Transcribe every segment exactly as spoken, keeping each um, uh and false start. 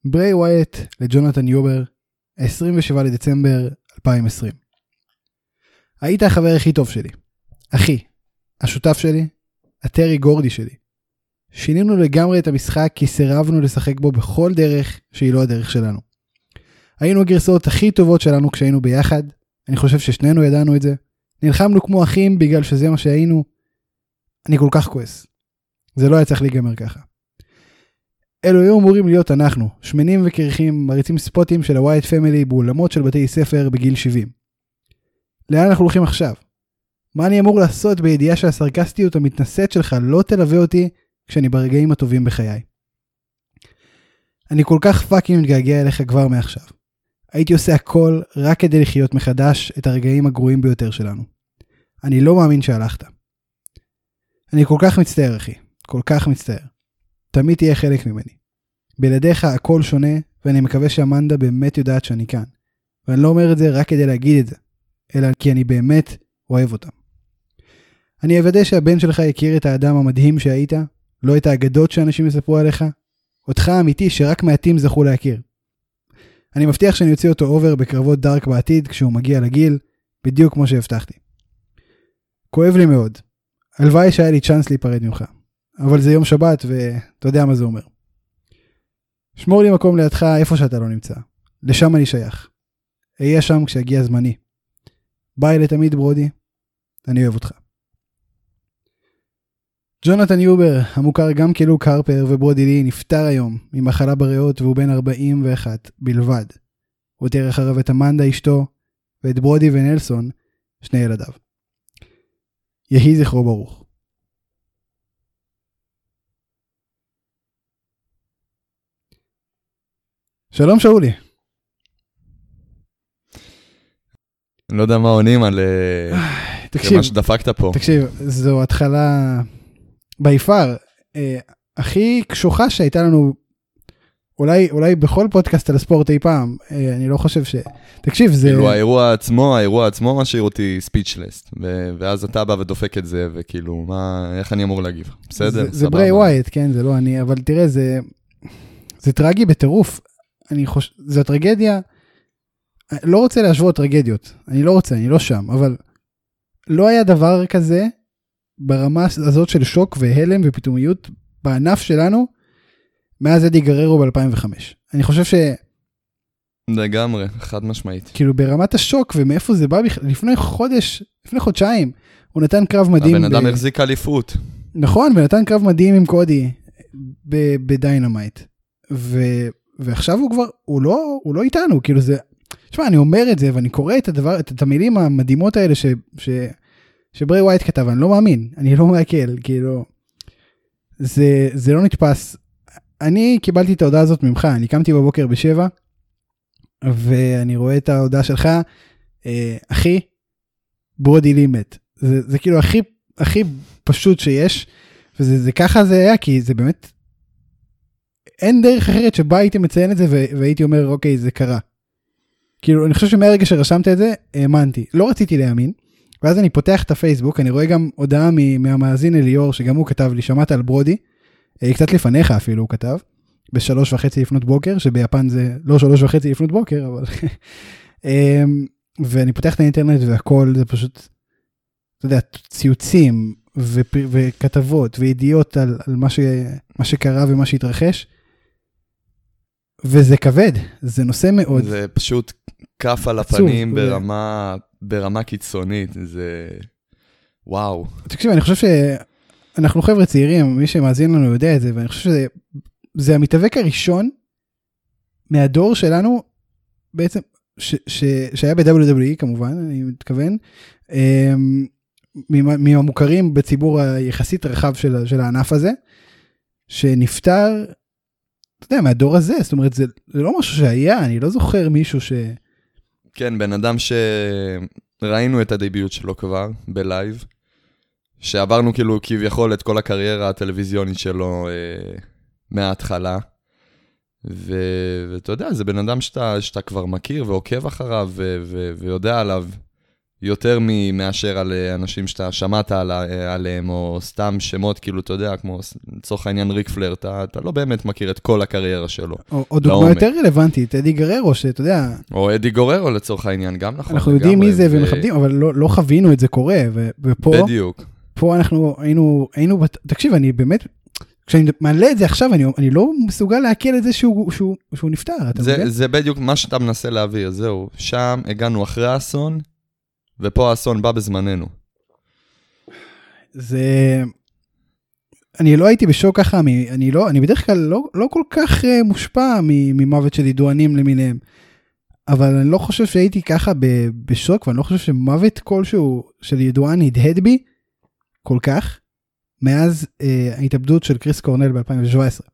ברי ווייט לג'ונתן יובר, עשרים ושבעה לדצמבר אלפיים ועשרים. היית החבר הכי טוב שלי, אחי, השותף שלי, הטרי גורדי שלי. שינינו לגמרי את המשחק כי סירבנו לשחק בו בכל דרך שהיא לא הדרך שלנו. היינו הגרסאות הכי טובות שלנו כשהיינו ביחד, אני חושב ששנינו ידענו את זה. נלחמנו כמו אחים בגלל שזה מה שהיינו. אני כל כך כועס. זה לא היה צריך להיגמר ככה. אלו היו אמורים להיות אנחנו, שמנים וקרחים, מריצים ספוטים של הווייט פמילי באולמות של בתי ספר בגיל שבעים. לאן אנחנו הולכים עכשיו? מה אני אמור לעשות בידיעה שהסרקסטיות המתנשאת שלך לא תלווה אותי כשאני ברגעים הטובים בחיי? אני כל כך פאקינג מתגעגע אליך כבר מעכשיו. הייתי עושה הכל רק כדי לחיות מחדש את הרגעים הגרועים ביותר שלנו. אני לא מאמין שהלכת. אני כל כך מצטער, אחי. כל כך מצטער. תמיד תהיה חלק ממני. בלעדיך הכל שונה, ואני מקווה שאמנדה באמת יודעת שאני כאן. ואני לא אומר את זה רק כדי להגיד את זה, אלא כי אני באמת אוהב אותם. אני אוודא שהבן שלך יכיר את האדם המדהים שהיית, לא את האגדות שאנשים יספרו עליך, אותך האמיתי שרק מעטים זכו להכיר. אני מבטיח שאני יוציא אותו אובר בקרבות דארק בעתיד כשהוא מגיע לגיל, בדיוק כמו שהבטחתי. כואב לי מאוד. הלוואי שהיה לי צ'אנס להיפרד ממך. אבל זה יום שבת ואתה יודע מה זה אומר. שמור לי מקום לידך איפה שאתה לא נמצא. לשם אני שייך. אהיה שם כשהגיע זמני. ביי לתמיד ברודי. אני אוהב אותך. ג'ונתן יובר, המוכר גם כלוק הרפר וברודי לי, נפטר היום ממחלה בריאות והוא בן ארבעים ואחת בלבד. הוא תיאר אחריו את אמנדה אשתו ואת ברודי ונלסון, שני ילדיו. יהי זכרו ברוך. שלום שאולי. אני לא יודע מה עונים על מה שדפקת פה. תקשיב, זו התחלה ביפר, הכי קשוחה שהייתה לנו, אולי, אולי בכל פודקאסט על הספורט אי פעם, אני לא חושב ש... תקשיב, זה... כאילו האירוע עצמו, האירוע עצמו משאיר אותי ספיצ'לס, ואז אתה בא ודופק את זה, וכאילו, מה, איך אני אמור להגיב? בסדר? זה ברי ווייט, כן, זה לא אני, אבל תראה, זה, זה טרגי בטירוף. אני חושב, זו טרגדיה, לא רוצה להשוות טרגדיות, אני לא רוצה, אני לא שם, אבל לא היה דבר כזה ברמה הזאת של שוק והלם ופתאומיות בענף שלנו, מאז אדי גררו ב-אלפיים וחמש. אני חושב ש... לגמרי, חד משמעית. כאילו ברמת השוק, ומאיפה זה בא בכלל, לפני חודש, לפני חודשיים, הוא נתן קרב מדהים. הבן אדם החזיק אליפות. נכון, ונתן קרב מדהים עם קודי, בדיינמייט. ו... ועכשיו הוא כבר, הוא לא, הוא לא איתנו, כאילו זה, תשמע, אני אומר את זה, ואני קורא את הדבר, את המילים המדהימות האלה, ש, ש, שברי ווייט כתב, אני לא מאמין, אני לא מעכל, כאילו, זה, זה לא נתפס. אני קיבלתי את ההודעה הזאת ממך, אני קמתי בבוקר בשבע, ואני רואה את ההודעה שלך, אה, אחי, ברודי לי מת. זה, זה כאילו הכי, הכי פשוט שיש, וזה, זה ככה זה היה, כי זה באמת, אין דרך אחרת שבה הייתי מציין את זה, והייתי אומר, אוקיי, זה קרה. כאילו, אני חושב שמהרגע שרשמת את זה, האמנתי. לא רציתי להאמין, ואז אני פותח את הפייסבוק, אני רואה גם הודעה מהמאזין אליאור, שגם הוא כתב לי, שמעת על ברודי, קצת לפניך אפילו הוא כתב, בשלוש וחצי לפנות בוקר, שביפן זה לא שלוש וחצי לפנות בוקר, אבל... ואני פותח את האינטרנט, והכל זה פשוט, אתה יודע, ציוצים, וכתבות, וידיעות על, על מה, ש... מה שקרה ומה שהתרחש, וזה כבד, זה נושא מאוד... זה פשוט כף על הפנים ברמה, ברמה קיצונית, זה... וואו. תקשיב, אני חושב שאנחנו חבר'ה צעירים, מי שמאזין לנו יודע את זה, ואני חושב שזה זה המתאבק הראשון מהדור שלנו, בעצם, ש, ש, שהיה ב-דאבליו דאבליו אי כמובן, אני מתכוון, מהמוכרים בציבור היחסית רחב של, של הענף הזה, שנפטר... אתה יודע, מהדור הזה, זאת אומרת, זה, זה לא משהו שהיה, אני לא זוכר מישהו ש... כן, בן אדם שראינו את הדיביוט שלו כבר, בלייב, שעברנו כאילו כביכול את כל הקריירה הטלוויזיונית שלו אה, מההתחלה, ו... ואתה יודע, זה בן אדם שאתה, שאתה כבר מכיר ועוקב אחריו, ו... ו... ויודע עליו יותר מאשר על אנשים שאתה שמעת עליהם, או סתם שמות, כאילו, אתה יודע, כמו לצורך העניין ריק פלר, אתה, אתה לא באמת מכיר את כל הקריירה שלו. או, או דוגמה יותר רלוונטית, אדי גררו, שאתה יודע... או אדי גררו לצורך העניין, גם נכון. אנחנו יודעים מי זה ומכבדים, אבל לא, לא חווינו את זה קורה, ופה... בדיוק. פה אנחנו היינו, היינו, תקשיב, אני באמת... כשאני מעלה את זה עכשיו, אני, אני לא מסוגל להקל את זה שהוא, שהוא, שהוא נפטר. אתה זה, מבין? זה בדיוק מה שאתה מנסה להעביר, זהו. שם הגענו אחרי האסון, ופה האסון בא בזמננו. זה... אני לא הייתי בשוק ככה, אני, לא, אני בדרך כלל לא, לא כל כך מושפע ממוות של ידוענים למיניהם, אבל אני לא חושב שהייתי ככה בשוק, ואני לא חושב שמוות כלשהו של ידוען הדהד בי כל כך, מאז אה, ההתאבדות של קריס קורנל ב-אלפיים שבע עשרה.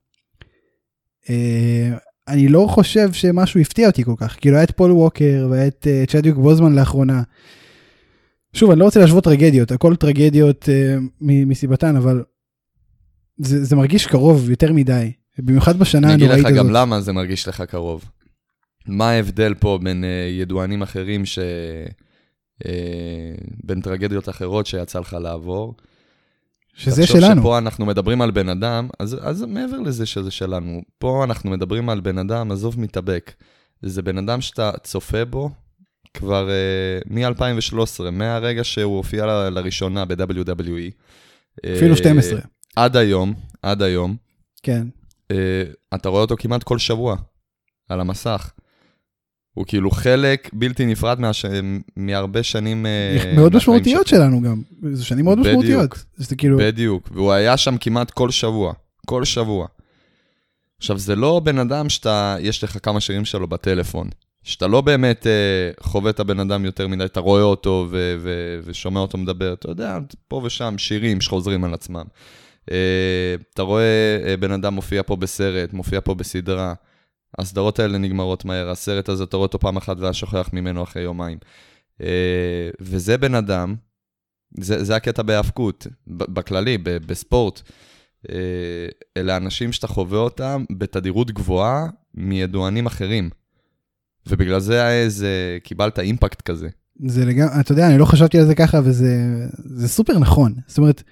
אה, אני לא חושב שמשהו הפתיע אותי כל כך, כאילו היה את פול ווקר והיה את אה, צ'אדוויק בוזמן לאחרונה. שוב, אני לא רוצה להשוות טרגדיות, הכל טרגדיות אה, מסיבתן, אבל זה, זה מרגיש קרוב יותר מדי, במיוחד בשנה הנוראית הזאת. אני אגיד לך גם למה זה מרגיש לך קרוב. מה ההבדל פה בין אה, ידוענים אחרים, ש... אה, בין טרגדיות אחרות שיצא לך לעבור, שזה שלנו. תחשוב שפה אנחנו מדברים על בן אדם, אז, אז מעבר לזה שזה שלנו, פה אנחנו מדברים על בן אדם, עזוב מתאבק. זה בן אדם שאתה צופה בו כבר uh, מ-אלפיים ושלוש עשרה, מהרגע שהוא הופיע ל- לראשונה ב-דאבליו דאבליו אי. אפילו שתים עשרה. Uh, עד היום, עד היום. כן. Uh, אתה רואה אותו כמעט כל שבוע, על המסך. הוא כאילו חלק בלתי נפרד מהש... מהרבה שנים... מאוד משמעותיות שלנו גם. זה שנים מאוד בדיוק, משמעותיות. זה כאילו... בדיוק, והוא היה שם כמעט כל שבוע. כל שבוע. עכשיו, זה לא בן אדם שאתה, יש לך כמה שירים שלו בטלפון. שאתה לא באמת uh, חווה את הבן אדם יותר מדי, אתה רואה אותו ו- ו- ושומע אותו מדבר. אתה יודע, פה ושם שירים שחוזרים על עצמם. Uh, אתה רואה uh, בן אדם מופיע פה בסרט, מופיע פה בסדרה. הסדרות האלה נגמרות מהר, הסרט הזה אתה רואה אותו פעם אחת והשוכח ממנו אחרי יומיים. וזה בן אדם, זה, זה הקטע בהאבקות, בכללי, בספורט. אלה אנשים שאתה חווה אותם בתדירות גבוהה מידוענים אחרים. ובגלל זה איזה, קיבלת אימפקט כזה. זה לגמרי, אתה יודע, אני לא חשבתי על זה ככה, וזה זה סופר נכון. זאת אומרת,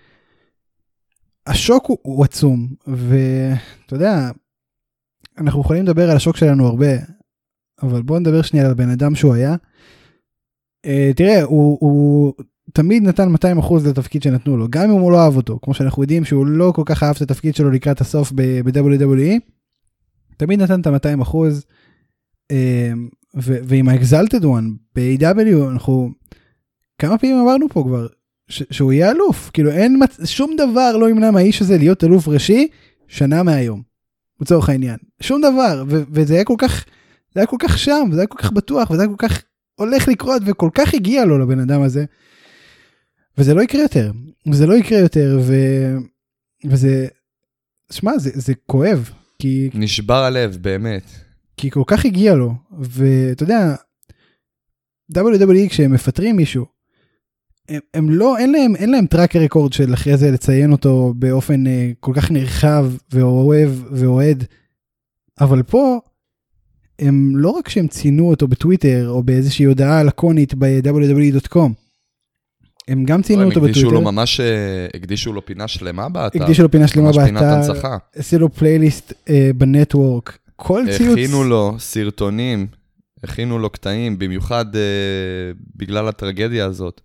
השוק הוא, הוא עצום, ואתה יודע, אנחנו יכולים לדבר על השוק שלנו הרבה, אבל בואו נדבר שנייה על הבן אדם שהוא היה. Uh, תראה, הוא, הוא תמיד נתן מאתיים אחוז לתפקיד שנתנו לו, גם אם הוא לא אהב אותו, כמו שאנחנו יודעים שהוא לא כל כך אהב את התפקיד שלו לקראת הסוף ב-דאבליו דאבליו אי, תמיד נתן את ה-מאתיים אחוז, uh, ו- ועם ה-Exalted One, ב-איי דאבליו, אנחנו כמה פעמים אמרנו פה כבר, ש- שהוא יהיה אלוף, כאילו אין מצ- שום דבר לא ימנע מהאיש הזה להיות אלוף ראשי, שנה מהיום. בצורך העניין. שום דבר, ו- וזה היה כל כך, זה היה כל כך שם, זה היה כל כך בטוח, וזה היה כל כך הולך לקרות, וכל כך הגיע לו לבן אדם הזה, וזה לא יקרה יותר, וזה לא יקרה יותר, ו... וזה, שמה, זה, זה כואב, כי... נשבר הלב, באמת. כי כל כך הגיע לו, ואתה יודע, דאבליו דאבליו אי כשהם מפטרים מישהו, הם, הם לא, אין להם, אין להם טראק רקורד של אחרי זה לציין אותו באופן uh, כל כך נרחב ואוהב ואוהד, אבל פה הם לא רק שהם ציינו אותו בטוויטר או באיזושהי הודעה לקונית ב-דאבליו דאבליו אי דוט קום, הם גם ציינו אותו בטוויטר. הקדישו לו ממש, הקדישו לו פינה שלמה באתר. הקדישו לו פינה שלמה באתר. ממש פינת הנצחה. עשו לו פלייליסט uh, בנטוורק. כל ציוץ. הכינו לו סרטונים, הכינו לו קטעים, במיוחד uh, בגלל הטרגדיה הזאת.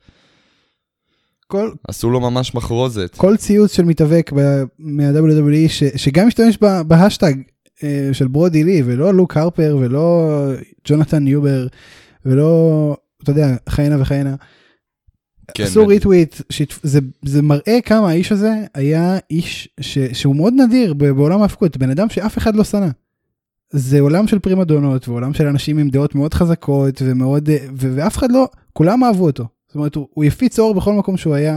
כל, עשו לו ממש מחרוזת. כל ציוץ של מתאבק מה-דאבליו דאבליו אי, ש, שגם משתמש בהשטג אה, של ברודי לי, ולא לוק הרפר, ולא ג'ונתן ניובר, ולא, אתה יודע, חיינה וחיינה. כן, עשו ריטוויט, זה, זה מראה כמה האיש הזה היה איש ש, שהוא מאוד נדיר בעולם ההפקות, בן אדם שאף אחד לא שנא. זה עולם של פרימדונות, ועולם של אנשים עם דעות מאוד חזקות, ומאוד, ו, ואף אחד לא, כולם אהבו אותו. זאת אומרת, הוא, הוא יפיץ אור בכל מקום שהוא היה,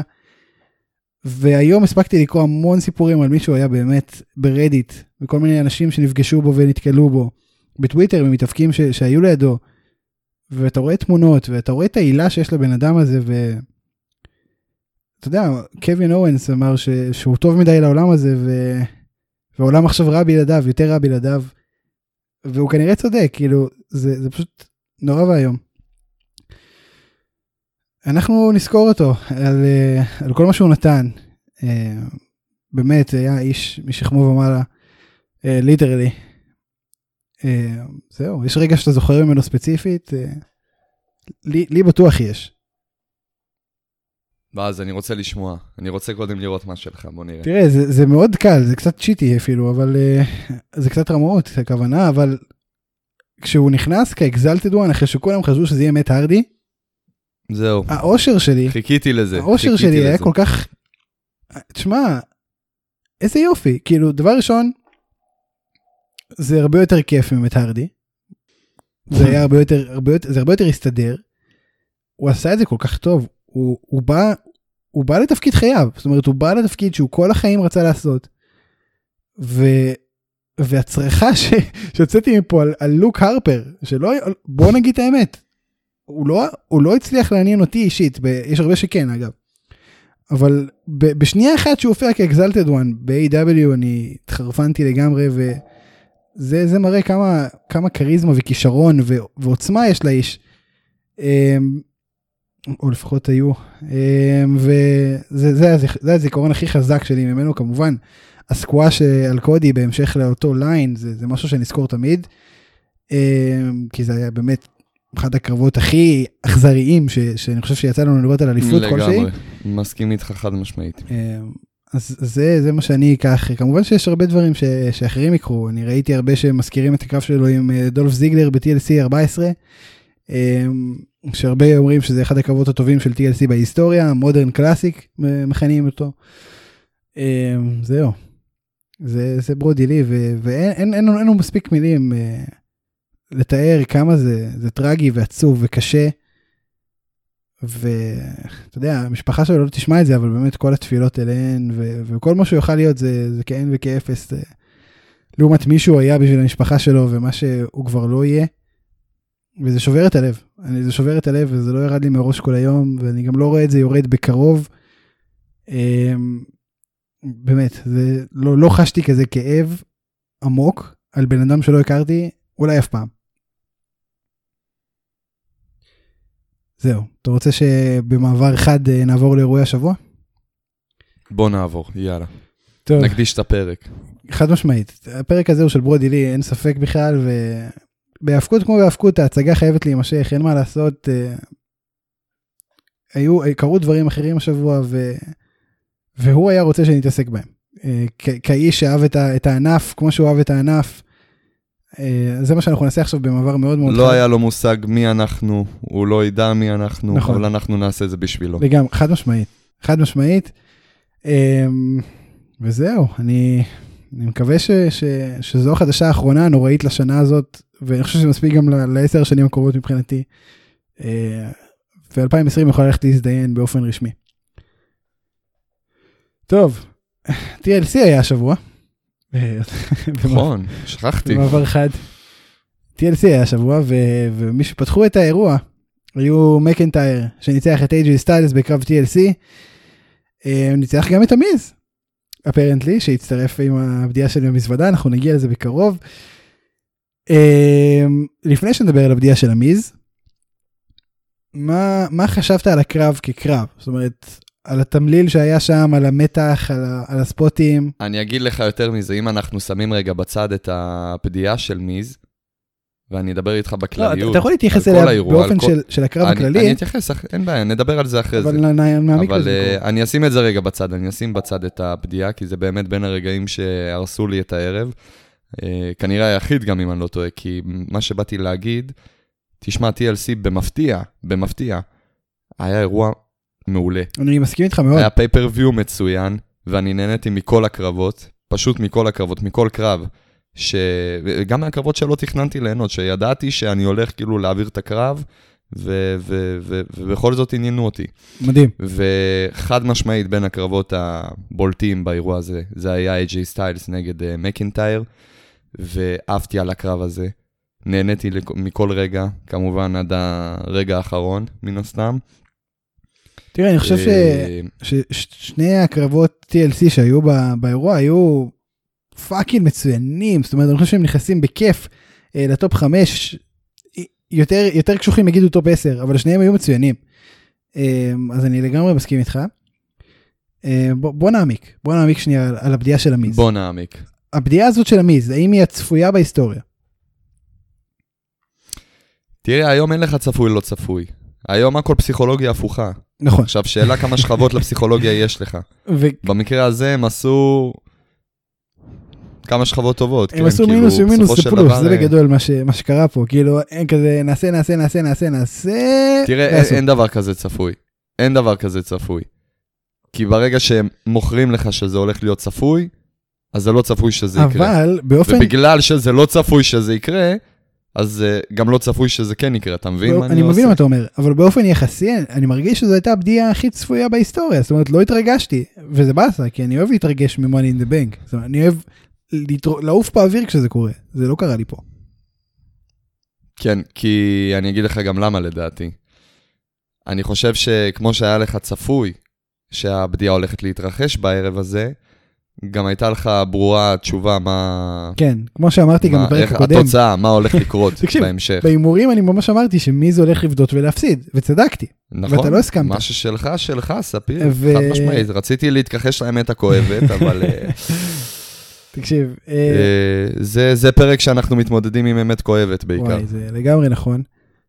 והיום הספקתי לקרוא המון סיפורים על מישהו היה באמת ברדיט, וכל מיני אנשים שנפגשו בו ונתקלו בו, בטוויטר, ממתאבקים ש, שהיו לידו, ואתה רואה תמונות, ואתה רואה את העילה שיש לבן אדם הזה, ואתה יודע, קווין אורנס אמר ש, שהוא טוב מדי לעולם הזה, ו, והעולם עכשיו רע בלעדיו, יותר רע בלעדיו, והוא כנראה צודק, כאילו, זה, זה פשוט נורא והיום. אנחנו נזכור אותו על, על כל מה שהוא נתן. באמת, היה איש משכמו ומעלה, ליטרלי. זהו, יש רגע שאתה זוכר ממנו ספציפית, לי, לי בטוח יש. ואז אני רוצה לשמוע, אני רוצה קודם לראות מה שלך, בוא נראה. תראה, זה, זה מאוד קל, זה קצת צ'יטי אפילו, אבל זה קצת רמאות, הכוונה, אבל כשהוא נכנס כאקזלטד וואן, אחרי שכולם חשבו שזה יהיה מת הרדי, זהו. האושר שלי, חיכיתי לזה. האושר חיכיתי שלי לזה. היה כל כך, תשמע, איזה יופי, כאילו, דבר ראשון, זה הרבה יותר כיף ממת הרדי, זה היה הרבה יותר, הרבה יותר, זה הרבה יותר הסתדר, הוא עשה את זה כל כך טוב, הוא, הוא בא, הוא בא לתפקיד חייו, זאת אומרת, הוא בא לתפקיד שהוא כל החיים רצה לעשות, ו, והצריכה ש, שיוצאתי מפה על, על לוק הרפר, שלא, בוא נגיד את האמת, הוא לא, הוא לא הצליח לעניין אותי אישית, ב, יש הרבה שכן אגב, אבל ב, בשנייה אחת שהוא הופיע כאקזלטד וואן, ב-איי דאבליו אני התחרפנתי לגמרי, וזה זה מראה כמה, כמה קריזמה וכישרון ו, ועוצמה יש לאיש, או לפחות היו, וזה זה, זה הזיכרון הכי חזק שלי ממנו, כמובן, הסקואש על קודי בהמשך לאותו ליין, זה, זה משהו שנזכור תמיד, כי זה היה באמת אחד הקרבות הכי אכזריים, ש, שאני חושב שיצא לנו לראות על אליפות כלשהי. לגמרי, מסכים איתך חד משמעית. אז זה, זה מה שאני אקח, כמובן שיש הרבה דברים ש, שאחרים יקרו, אני ראיתי הרבה שמזכירים את הקרב שלו עם דולף זיגלר ב-טי אל סי ארבע עשרה, שהרבה אומרים שזה אחד הקרבות הטובים של טי אל סי בהיסטוריה, מודרן קלאסיק מכנים אותו. זהו. זה, זה ברודי לי, ואין אין, אין, אין לנו מספיק מילים לתאר כמה זה, זה טרגי ועצוב וקשה. ואתה יודע, המשפחה שלו לא תשמע את זה, אבל באמת כל התפילות אליהן, ו, וכל מה שהוא יוכל להיות זה, זה כאין וכאפס. זה, לעומת מישהו היה בשביל המשפחה שלו, ומה שהוא כבר לא יהיה. וזה שובר את הלב, אני, זה שובר את הלב, וזה לא ירד לי מראש כל היום, ואני גם לא רואה את זה יורד בקרוב, באמת, זה, לא, לא חשתי כזה כאב עמוק, על בן אדם שלא הכרתי, אולי אף פעם. זהו, אתה רוצה שבמעבר אחד נעבור לאירועי השבוע? בוא נעבור, יאללה. טוב. נקדיש את הפרק. חד משמעית, הפרק הזה הוא של ברודי לי, אין ספק בכלל, ו... בהפקות כמו בהפקות, ההצגה חייבת להימשך, אין מה לעשות, היו, קרו דברים אחרים השבוע, ו, והוא היה רוצה שנתעסק בהם. כאיש שאהב את, ה, את הענף, כמו שהוא אהב את הענף, זה מה שאנחנו נעשה עכשיו במעבר מאוד מאוד. לא חד. היה לו מושג מי אנחנו, הוא לא ידע מי אנחנו, נכון. אבל אנחנו נעשה את זה בשבילו. וגם, חד משמעית, חד משמעית, וזהו, אני... אני מקווה ש, ש, שזו החדשה האחרונה הנוראית לשנה הזאת, ואני חושב שזה מספיק גם לעשר השנים הקרובות מבחינתי, ו-אלפיים עשרים יכולה ללכת להזדיין באופן רשמי. טוב, טי אל סי היה השבוע. נכון, שכחתי. במעבר חד. טי אל סי היה השבוע, ו- ומי שפתחו את האירוע, היו מקנטייר, שניצח את איי ג'יי סטיילס בקרב טי אל סי, ניצח גם את המיז. אפרנטלי, שהצטרף עם הבדיעה שלי במזוודה, אנחנו נגיע לזה בקרוב. לפני שנדבר על הבדיעה של המיז, מה, מה חשבת על הקרב כקרב? זאת אומרת, על התמליל שהיה שם, על המתח, על, על הספוטים? אני אגיד לך יותר מזה, אם אנחנו שמים רגע בצד את הבדיעה של מיז, ואני אדבר איתך בכלליות. לא, אתה יכול להתייחס אליה באופן כל... של, של הקרב אני, הכללי. אני אתייחס, אין בעיה, נדבר על זה אחרי אבל זה. נעמיק אבל לזה. uh, אני אשים את זה רגע בצד, אני אשים בצד את הבדיעה, כי זה באמת בין הרגעים שהרסו לי את הערב. Uh, כנראה היחיד גם אם אני לא טועה, כי מה שבאתי להגיד, תשמע, טי אל סי במפתיע, במפתיע, היה אירוע מעולה. אני מסכים איתך מאוד. היה פייפריוויו מצוין, ואני נהניתי מכל הקרבות, פשוט מכל הקרבות, מכל קרב. שגם מהקרבות שלא תכננתי ליהנות, שידעתי שאני הולך כאילו להעביר את הקרב, ו- ו- ו- ובכל זאת עניינו אותי. מדהים. וחד משמעית בין הקרבות הבולטים באירוע הזה, זה היה איי ג'יי סטיילס נגד מקינטייר, ואהבתי על הקרב הזה. נהניתי מכל רגע, כמובן עד הרגע האחרון, מן הסתם. תראה, אני חושב ששני הקרבות טי אל סי שהיו באירוע היו פאקינג מצוינים, זאת אומרת, אני חושב שהם נכנסים בכיף לטופ חמש, יותר, יותר קשוחים יגידו טופ עשר, אבל שניהם היו מצוינים. אז אני לגמרי מסכים איתך. בוא, בוא נעמיק, בוא נעמיק שנייה על, על הבדיעה של המיז. בוא נעמיק. הבדיעה הזאת של המיז, האם היא הצפויה בהיסטוריה? תראה, היום אין לך צפוי לא צפוי. היום הכל פסיכולוגיה הפוכה. נכון. עכשיו, שאלה כמה שכבות לפסיכולוגיה יש לך. ו... במקרה הזה הם עשו כמה שכבות טובות. הם כן, עשו כאילו, מינוס ומינוס זה פלוס, זה בגדול מה, ש... מה שקרה פה. כאילו, אין כזה, נעשה, נעשה, נעשה, נעשה, נעשה. תראה, אין, אין דבר כזה צפוי. אין דבר כזה צפוי. כי ברגע שהם מוכרים לך שזה הולך להיות צפוי, אז זה לא צפוי שזה אבל יקרה. אבל באופן... ובגלל שזה לא צפוי שזה יקרה, אז uh, גם לא צפוי שזה כן יקרה, אתה מבין מה אני עושה? אני מבין מה אתה אומר, אבל באופן יחסי, אני מרגיש שזו הייתה הבדיעה הכי צפויה בהיסטוריה, זאת אומרת, לא התרגשתי, וזה באסה, כי אני אוהב להתרגש מ-Money in the Bank, זאת אומרת, אני אוהב לעוף באוויר כשזה קורה, זה לא קרה לי פה. כן, כי אני אגיד לך גם למה לדעתי. אני חושב שכמו שהיה לך צפוי, שהבדיעה הולכת להתרחש בערב הזה, גם הייתה לך ברורה תשובה מה... כן, כמו שאמרתי גם בפרק הקודם. התוצאה, מה הולך לקרות בהמשך. בהימורים אני ממש אמרתי שמיז הולך לבדות ולהפסיד, וצדקתי. נכון, ואתה לא הסכמת. מה ששלך, שלך, ספיר, חד משמעית. רציתי להתכחש לאמת הכואבת, אבל... תקשיב. זה פרק שאנחנו מתמודדים עם אמת כואבת בעיקר. וואי, זה לגמרי נכון.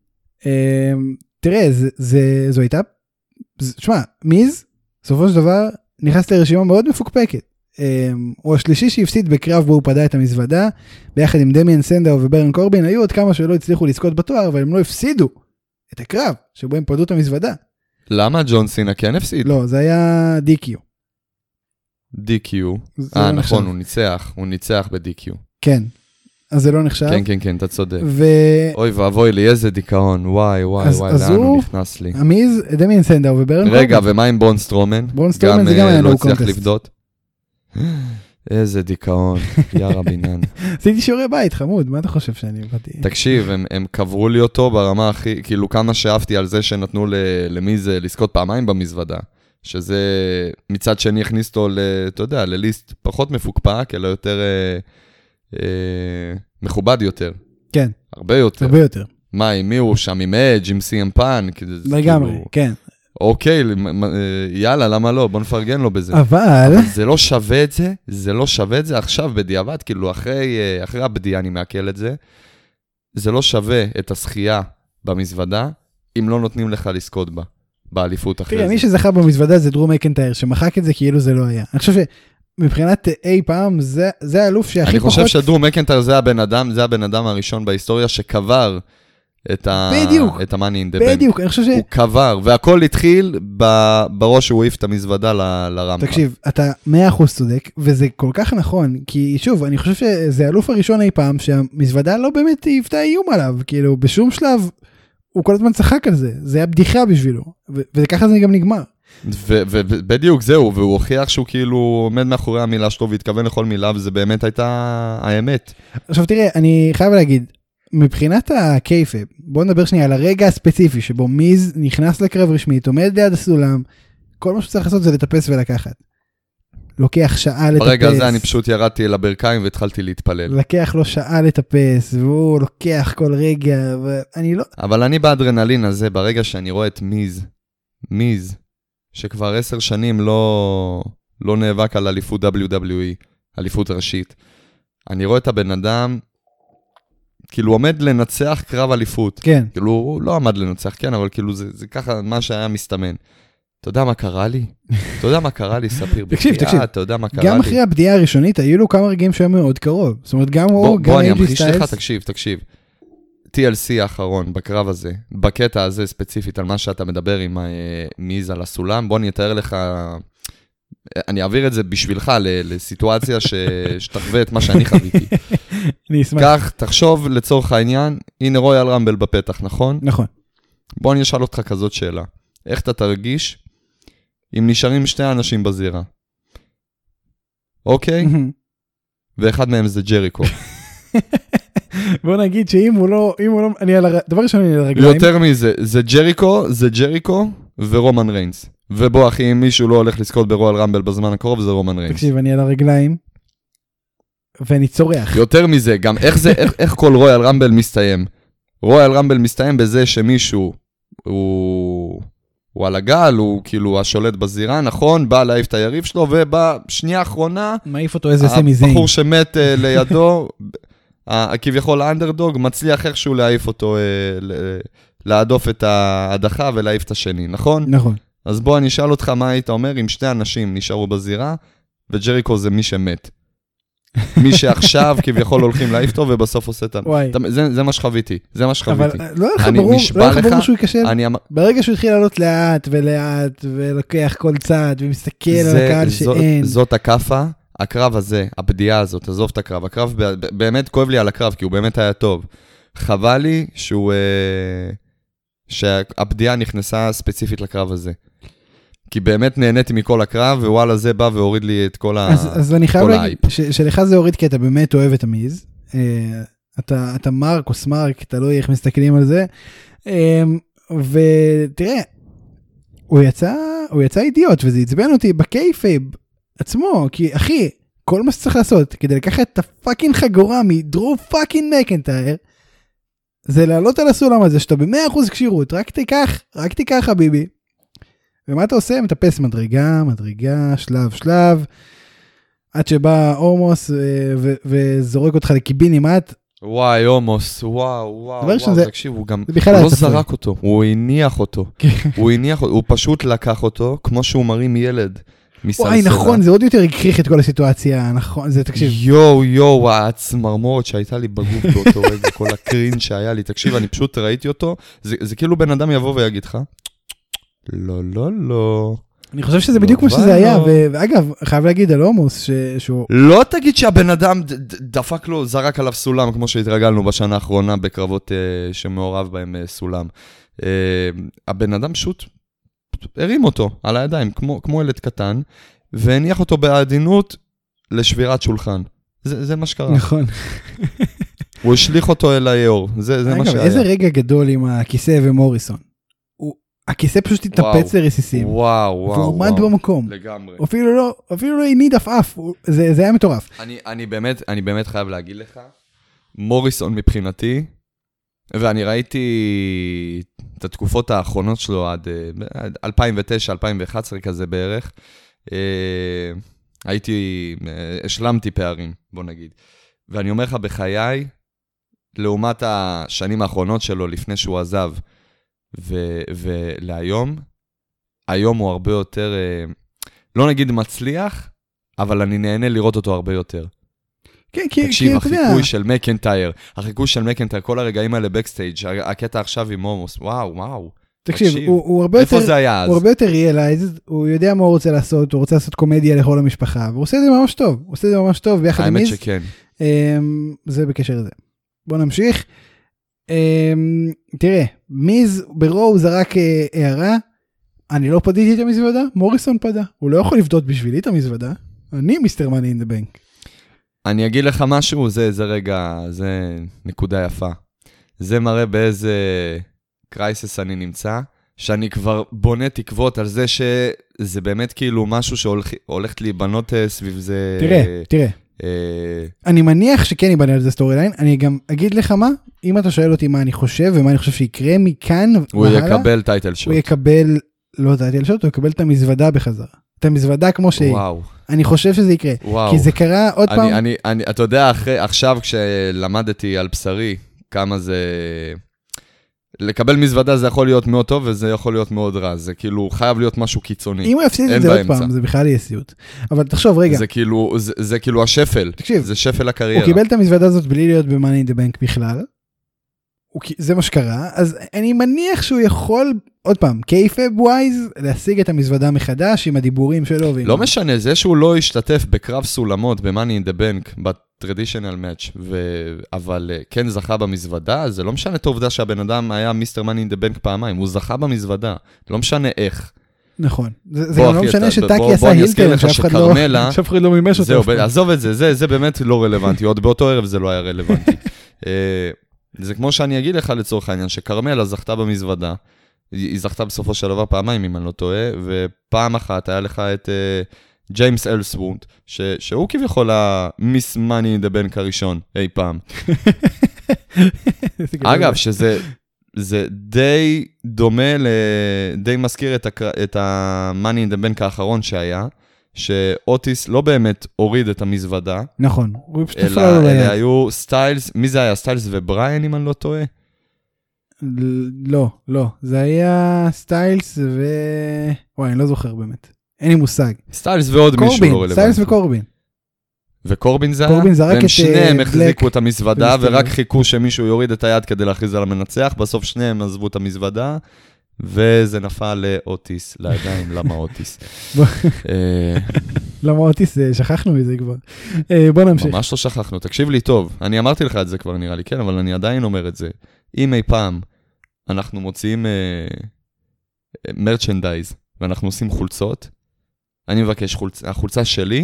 תראה, זו הייתה... שמע, מיז, בסופו של דבר, נכנס לרשימה מאוד מפוקפקת. הוא השלישי שהפסיד בקרב בו הוא פדע את המזוודה, ביחד עם דמיאן סנדאו וברן קורבין, היו עוד כמה שלא הצליחו לזכות בתואר, אבל הם לא הפסידו את הקרב, שבו הם פדעו את המזוודה. למה ג'ון סינה כן הפסיד? לא, זה היה די קיו. די קיו. אה, נכון, הוא ניצח, הוא ניצח ב-די קיו. כן, אז זה לא נחשב. כן, כן, כן, אתה צודק. אוי ואבוי לי, איזה דיכאון, וואי, וואי, וואי, לאן הוא נכנס לי. המיז, דמיאן סנדאו וברן קורבין. רגע, ומה עם ברון סטרומן? ברון סטרומן זה גם היה לא הצליח לבדות. איזה דיכאון, יא רבינן. עשיתי שיעורי בית, חמוד, מה אתה חושב שאני באתי? תקשיב, הם, הם קברו לי אותו ברמה הכי, כאילו כמה שאהבתי על זה שנתנו למיז לזכות פעמיים במזוודה, שזה מצד שני הכניס אותו, אתה יודע, לליסט פחות מפוקפק, אלא יותר אה, אה, מכובד יותר. כן. הרבה יותר. הרבה יותר. מה, עם מי הוא שם, עם אג', עם סי אם פאנק? לגמרי, כאילו... כן. אוקיי, יאללה, למה לא? בוא נפרגן לו בזה. אבל... אבל זה לא שווה את זה, זה לא שווה את זה עכשיו בדיעבד, כאילו אחרי, אחרי הבדיעה אני מעכל את זה, זה לא שווה את השחייה במזוודה, אם לא נותנים לך לזכות בה, באליפות אחרי תראה, זה. מי שזכה במזוודה זה דרום מקנטייר, שמחק את זה כאילו זה לא היה. אני חושב שמבחינת אי פעם, זה, זה האלוף שהכי אני פחות... חושב שדרום מקנטייר זה הבן אדם, זה הבן אדם הראשון בהיסטוריה שקבר את ה... בדיוק. את המאני אין דה בנק. בדיוק, אני חושב ש... הוא קבר, והכל התחיל ב... בראש שהוא העיף את המזוודה ל... לרמפה. תקשיב, אתה מאה אחוז צודק, וזה כל כך נכון, כי שוב, אני חושב שזה האלוף הראשון אי פעם, שהמזוודה לא באמת היוותה איום עליו, כאילו, בשום שלב, הוא כל הזמן צחק על זה, זה היה בדיחה בשבילו, ו... וככה זה גם נגמר. ובדיוק זהו, והוא הוכיח שהוא כאילו עומד מאחורי המילה שלו, והתכוון לכל מילה, וזה באמת הייתה האמת. עכשיו תראה, אני חייב להגיד, מבחינת הקייפאב, בואו נדבר שנייה על הרגע הספציפי שבו מיז נכנס לקרב רשמית, עומד ליד הסולם, כל מה שצריך לעשות זה לטפס ולקחת. לוקח שעה לטפס. ברגע הזה אני פשוט ירדתי לברכיים והתחלתי להתפלל. לקח לו שעה לטפס, והוא לוקח כל רגע, ואני לא... אבל אני באדרנלין הזה, ברגע שאני רואה את מיז, מיז, שכבר עשר שנים לא, לא נאבק על אליפות דאבליו דאבליו אי, אליפות ראשית, אני רואה את הבן אדם, כאילו הוא עומד לנצח קרב אליפות. כן. כאילו הוא לא עמד לנצח, כן, אבל כאילו זה, זה ככה מה שהיה מסתמן. אתה יודע מה קרה לי? אתה יודע מה קרה לי, ספיר? תקשיב, תקשיב. אתה יודע מה קרה גם לי? אחרי הבדיעה הראשונית, היו לו כמה רגעים שהיה מאוד קרוב. זאת אומרת, גם הוא, גם בוא, אני אייג'י אמחיש לך, סטיילס. תקשיב, תקשיב. טי אל סי האחרון, בקרב הזה, בקטע הזה ספציפית, על מה שאתה מדבר עם מיז על הסולם, בוא אני אתאר לך, אני אעביר את זה בשבילך לסיטואציה ש... שתחווה את מה שאני חוויתי. אני אשמח. כך, תחשוב לצורך העניין, הנה רויאל רמבל בפתח, נכון? נכון. בוא אני אשאל אותך כזאת שאלה. איך אתה תרגיש אם נשארים שתי אנשים בזירה? אוקיי? ואחד מהם זה ג'ריקו. בוא נגיד שאם הוא לא, אם הוא לא, אני על הרגליים. דבר ראשון אני על הרגליים. יותר מזה, זה ג'ריקו, זה ג'ריקו ורומן ריינס. ובוא אחי, אם מישהו לא הולך לזכות ברויאל רמבל בזמן הקרוב, זה רומן ריינס. תקשיב, אני על הרגליים, ואני צורח. יותר מזה, גם איך זה, איך, איך כל רויאל רמבל מסתיים? רויאל רמבל מסתיים בזה שמישהו, הוא הוא על הגל, הוא כאילו השולט בזירה, נכון, בא להעיף את היריב שלו, ובשנייה האחרונה, מעיף אותו איזה סמי זיין. הבחור שמת לידו, כביכול האנדרדוג, מצליח איכשהו להעיף אותו, להדוף את ההדחה ולהעיף את השני, נכון? נכון. אז בוא אני אשאל אותך מה היית אומר, אם שתי אנשים נשארו בזירה, וג'ריקו זה מי שמת. מי שעכשיו כביכול הולכים להעיף אותו, ובסוף עושה את... זה, זה מה שחוויתי, זה מה שחוויתי. אבל לא לך ברור, לא לך ברור שהוא ייכשל. ברגע שהוא התחיל לעלות לאט ולאט, ולוקח כל צעד, ומסתכל על הקהל שאין. זאת הקפה, הקרב הזה, הפדיעה הזאת, עזוב את הקרב. הקרב באמת כואב לי על הקרב, כי הוא באמת היה טוב. חבל לי שהוא... שהפדיעה נכנסה ספציפית לקרב הזה. כי באמת נהניתי מכל הקרב, ווואלה זה בא והוריד לי את כל האייפ. אז, אז אני חייב להגיד, שלך זה הוריד כי אתה באמת אוהב את המיז. אתה, אתה מרק או סמרק, אתה לא יודע איך מסתכלים על זה. ותראה, הוא יצא, הוא יצא אידיוט, וזה יצבן אותי בקייפייב עצמו, כי אחי, כל מה שצריך לעשות, כדי לקחת את הפאקינג חגורה מדרו פאקינג מקנטייר, זה לעלות על הסולם הזה, שאתה ב-מאה אחוז קשירות, רק תיקח, רק תיקח חביבי. ומה אתה עושה? מטפס מדרגה, מדרגה, שלב, שלב, עד שבא אורמוס ו- וזורק אותך לקיבינימט. וואי, אורמוס, וואו, וואו, וואו, זה, תקשיב, הוא גם הוא לא זרק אותו, הוא הניח אותו. הוא הניח אותו, הוא פשוט לקח אותו, כמו שהוא מרים ילד. וואי, נכון, זה עוד יותר הכריח את כל הסיטואציה, נכון, זה, תקשיב. יו, יו, הצמרמורת שהייתה לי בגוף באותו רגע, כל הקרין שהיה לי, תקשיב, אני פשוט ראיתי אותו, זה, זה כאילו בן אדם יבוא ויגיד לך, לא, לא, לא. אני חושב שזה בדיוק כמו שזה היה, ואגב, חייב להגיד על אורמוס, שהוא... לא תגיד שהבן אדם דפק לו, זרק עליו סולם, כמו שהתרגלנו בשנה האחרונה, בקרבות שמעורב בהם סולם. הבן אדם פשוט הרים אותו על הידיים, כמו ילד קטן, והניח אותו בעדינות לשבירת שולחן. זה מה שקרה. נכון. הוא השליך אותו אל היאור, זה מה שהיה. איזה רגע גדול עם הכיסא ומוריסון. הכיסא פשוט התאפץ לרסיסים. וואו, וואו. והוא עומד במקום. לגמרי. אפילו לא, אפילו לא הניד עפעף. זה, זה היה מטורף. אני, אני באמת, אני באמת חייב להגיד לך, מוריסון מבחינתי, ואני ראיתי את התקופות האחרונות שלו עד, עד אלפיים ותשע אלפיים ואחת עשרה כזה בערך, הייתי, השלמתי פערים, בוא נגיד. ואני אומר לך בחיי, לעומת השנים האחרונות שלו לפני שהוא עזב, ו- ולהיום, היום הוא הרבה יותר, לא נגיד מצליח, אבל אני נהנה לראות אותו הרבה יותר. כן, כי, תקשיב, כי החיקוי של מקנטייר, החיקוי של מקנטייר, כל הרגעים האלה בקסטייג', הקטע עכשיו עם מומוס, וואו, וואו. תקשיב, תקשיב הוא, הוא הרבה איפה יותר, זה היה אז? הוא הרבה יותר ריאלייזד, הוא יודע מה הוא רוצה לעשות, הוא רוצה לעשות קומדיה לכל המשפחה, והוא עושה את זה ממש טוב, הוא עושה את זה ממש טוב ביחד עם מיז. האמת שכן. זה בקשר לזה. בוא נמשיך. תראה, מיז ברואו זרק הערה, אני לא פדיתי את המזוודה, מוריסון פדה, הוא לא יכול לבדות בשבילי את המזוודה, אני מיסטר מאני אין דה בנק. אני אגיד לך משהו, זה, זה רגע, זה נקודה יפה. זה מראה באיזה קרייסס אני נמצא, שאני כבר בונה תקוות על זה שזה באמת כאילו משהו שהולכת להיבנות סביב זה. תראה, תראה. אני מניח שכן ייבנה על זה סטורי ליין, אני גם אגיד לך מה, אם אתה שואל אותי מה אני חושב, ומה אני חושב שיקרה מכאן הוא יקבל טייטל שוט. הוא יקבל, לא טייטל שוט, הוא יקבל את המזוודה בחזרה. את המזוודה כמו שהיא. וואו. אני חושב שזה יקרה. וואו. כי זה קרה עוד פעם. אני, אני, אתה יודע, אחרי, עכשיו כשלמדתי על בשרי, כמה זה... לקבל מזוודה זה יכול להיות מאוד טוב, וזה יכול להיות מאוד רע. זה כאילו חייב להיות משהו קיצוני. אם הוא יפסיד את זה עוד פעם, זה בכלל יהיה סיוט. אבל תחשוב, רגע. זה כאילו, זה, זה כאילו השפל. תקשיב. זה שפל הקריירה. הוא קיבל את המזוודה הזאת בלי להיות ב-Money in the Bank בכלל. זה מה שקרה. אז אני מניח שהוא יכול, עוד פעם, קייפב ווייז, להשיג את המזוודה מחדש עם הדיבורים שלו. לא משנה, זה שהוא לא השתתף בקרב סולמות ב-Money in the Bank, ב-Traditional Match, ו... אבל כן זכה במזוודה, זה לא משנה את העובדה שהבן אדם היה מיסטר Money in the Bank פעמיים, הוא זכה במזוודה, לא משנה איך. נכון, זה, זה גם לא משנה שטאקי עשה הילטר, שאף אחד לא, שאף אחד לא מימש אותו. זהו, עזוב את זה, זה, זה באמת לא רלוונטי, עוד באותו ערב זה לא היה רלוונטי. זה כמו שאני אגיד לך לצורך העניין, שקרמלה זכתה במזוודה, היא זכתה בסופו של דבר פעמיים, אם אני לא טועה, ופעם אחת היה לך את ג'יימס אלסוורט, שהוא כביכול המיס מאני אין דה בנק הראשון, אי פעם. אגב, שזה זה די דומה, די מזכיר את ה-Money in the Bank האחרון שהיה, שאוטיס לא באמת הוריד את המזוודה. נכון, הוא פשוט אלא אלה היו סטיילס, מי זה היה? סטיילס ובריין, אם אני לא טועה? לא, לא. זה היה סטיילס ו... וואי, אני לא זוכר באמת. אין לי מושג. סטיילס ועוד מישהו לא רלוונטי. סטיילס וקורבין. וקורבין זה קורבין היה? והם שניהם החזיקו את המזוודה, וליסטר. ורק חיכו שמישהו יוריד את היד כדי להכריז על המנצח, בסוף שניהם עזבו את המזוודה, וזה נפל לאוטיס, לידיים, למה אוטיס? למה אוטיס? שכחנו מזה כבר. בוא נמשיך. ממש לא שכחנו, תקשיב לי טוב, אני אמרתי לך את זה כבר נראה לי, כן, אבל אני עדיין אומר את זה. אם אי פעם אנחנו מוציאים מרצ'נדייז, ואנחנו עושים חולצות, אני מבקש, החולצה שלי,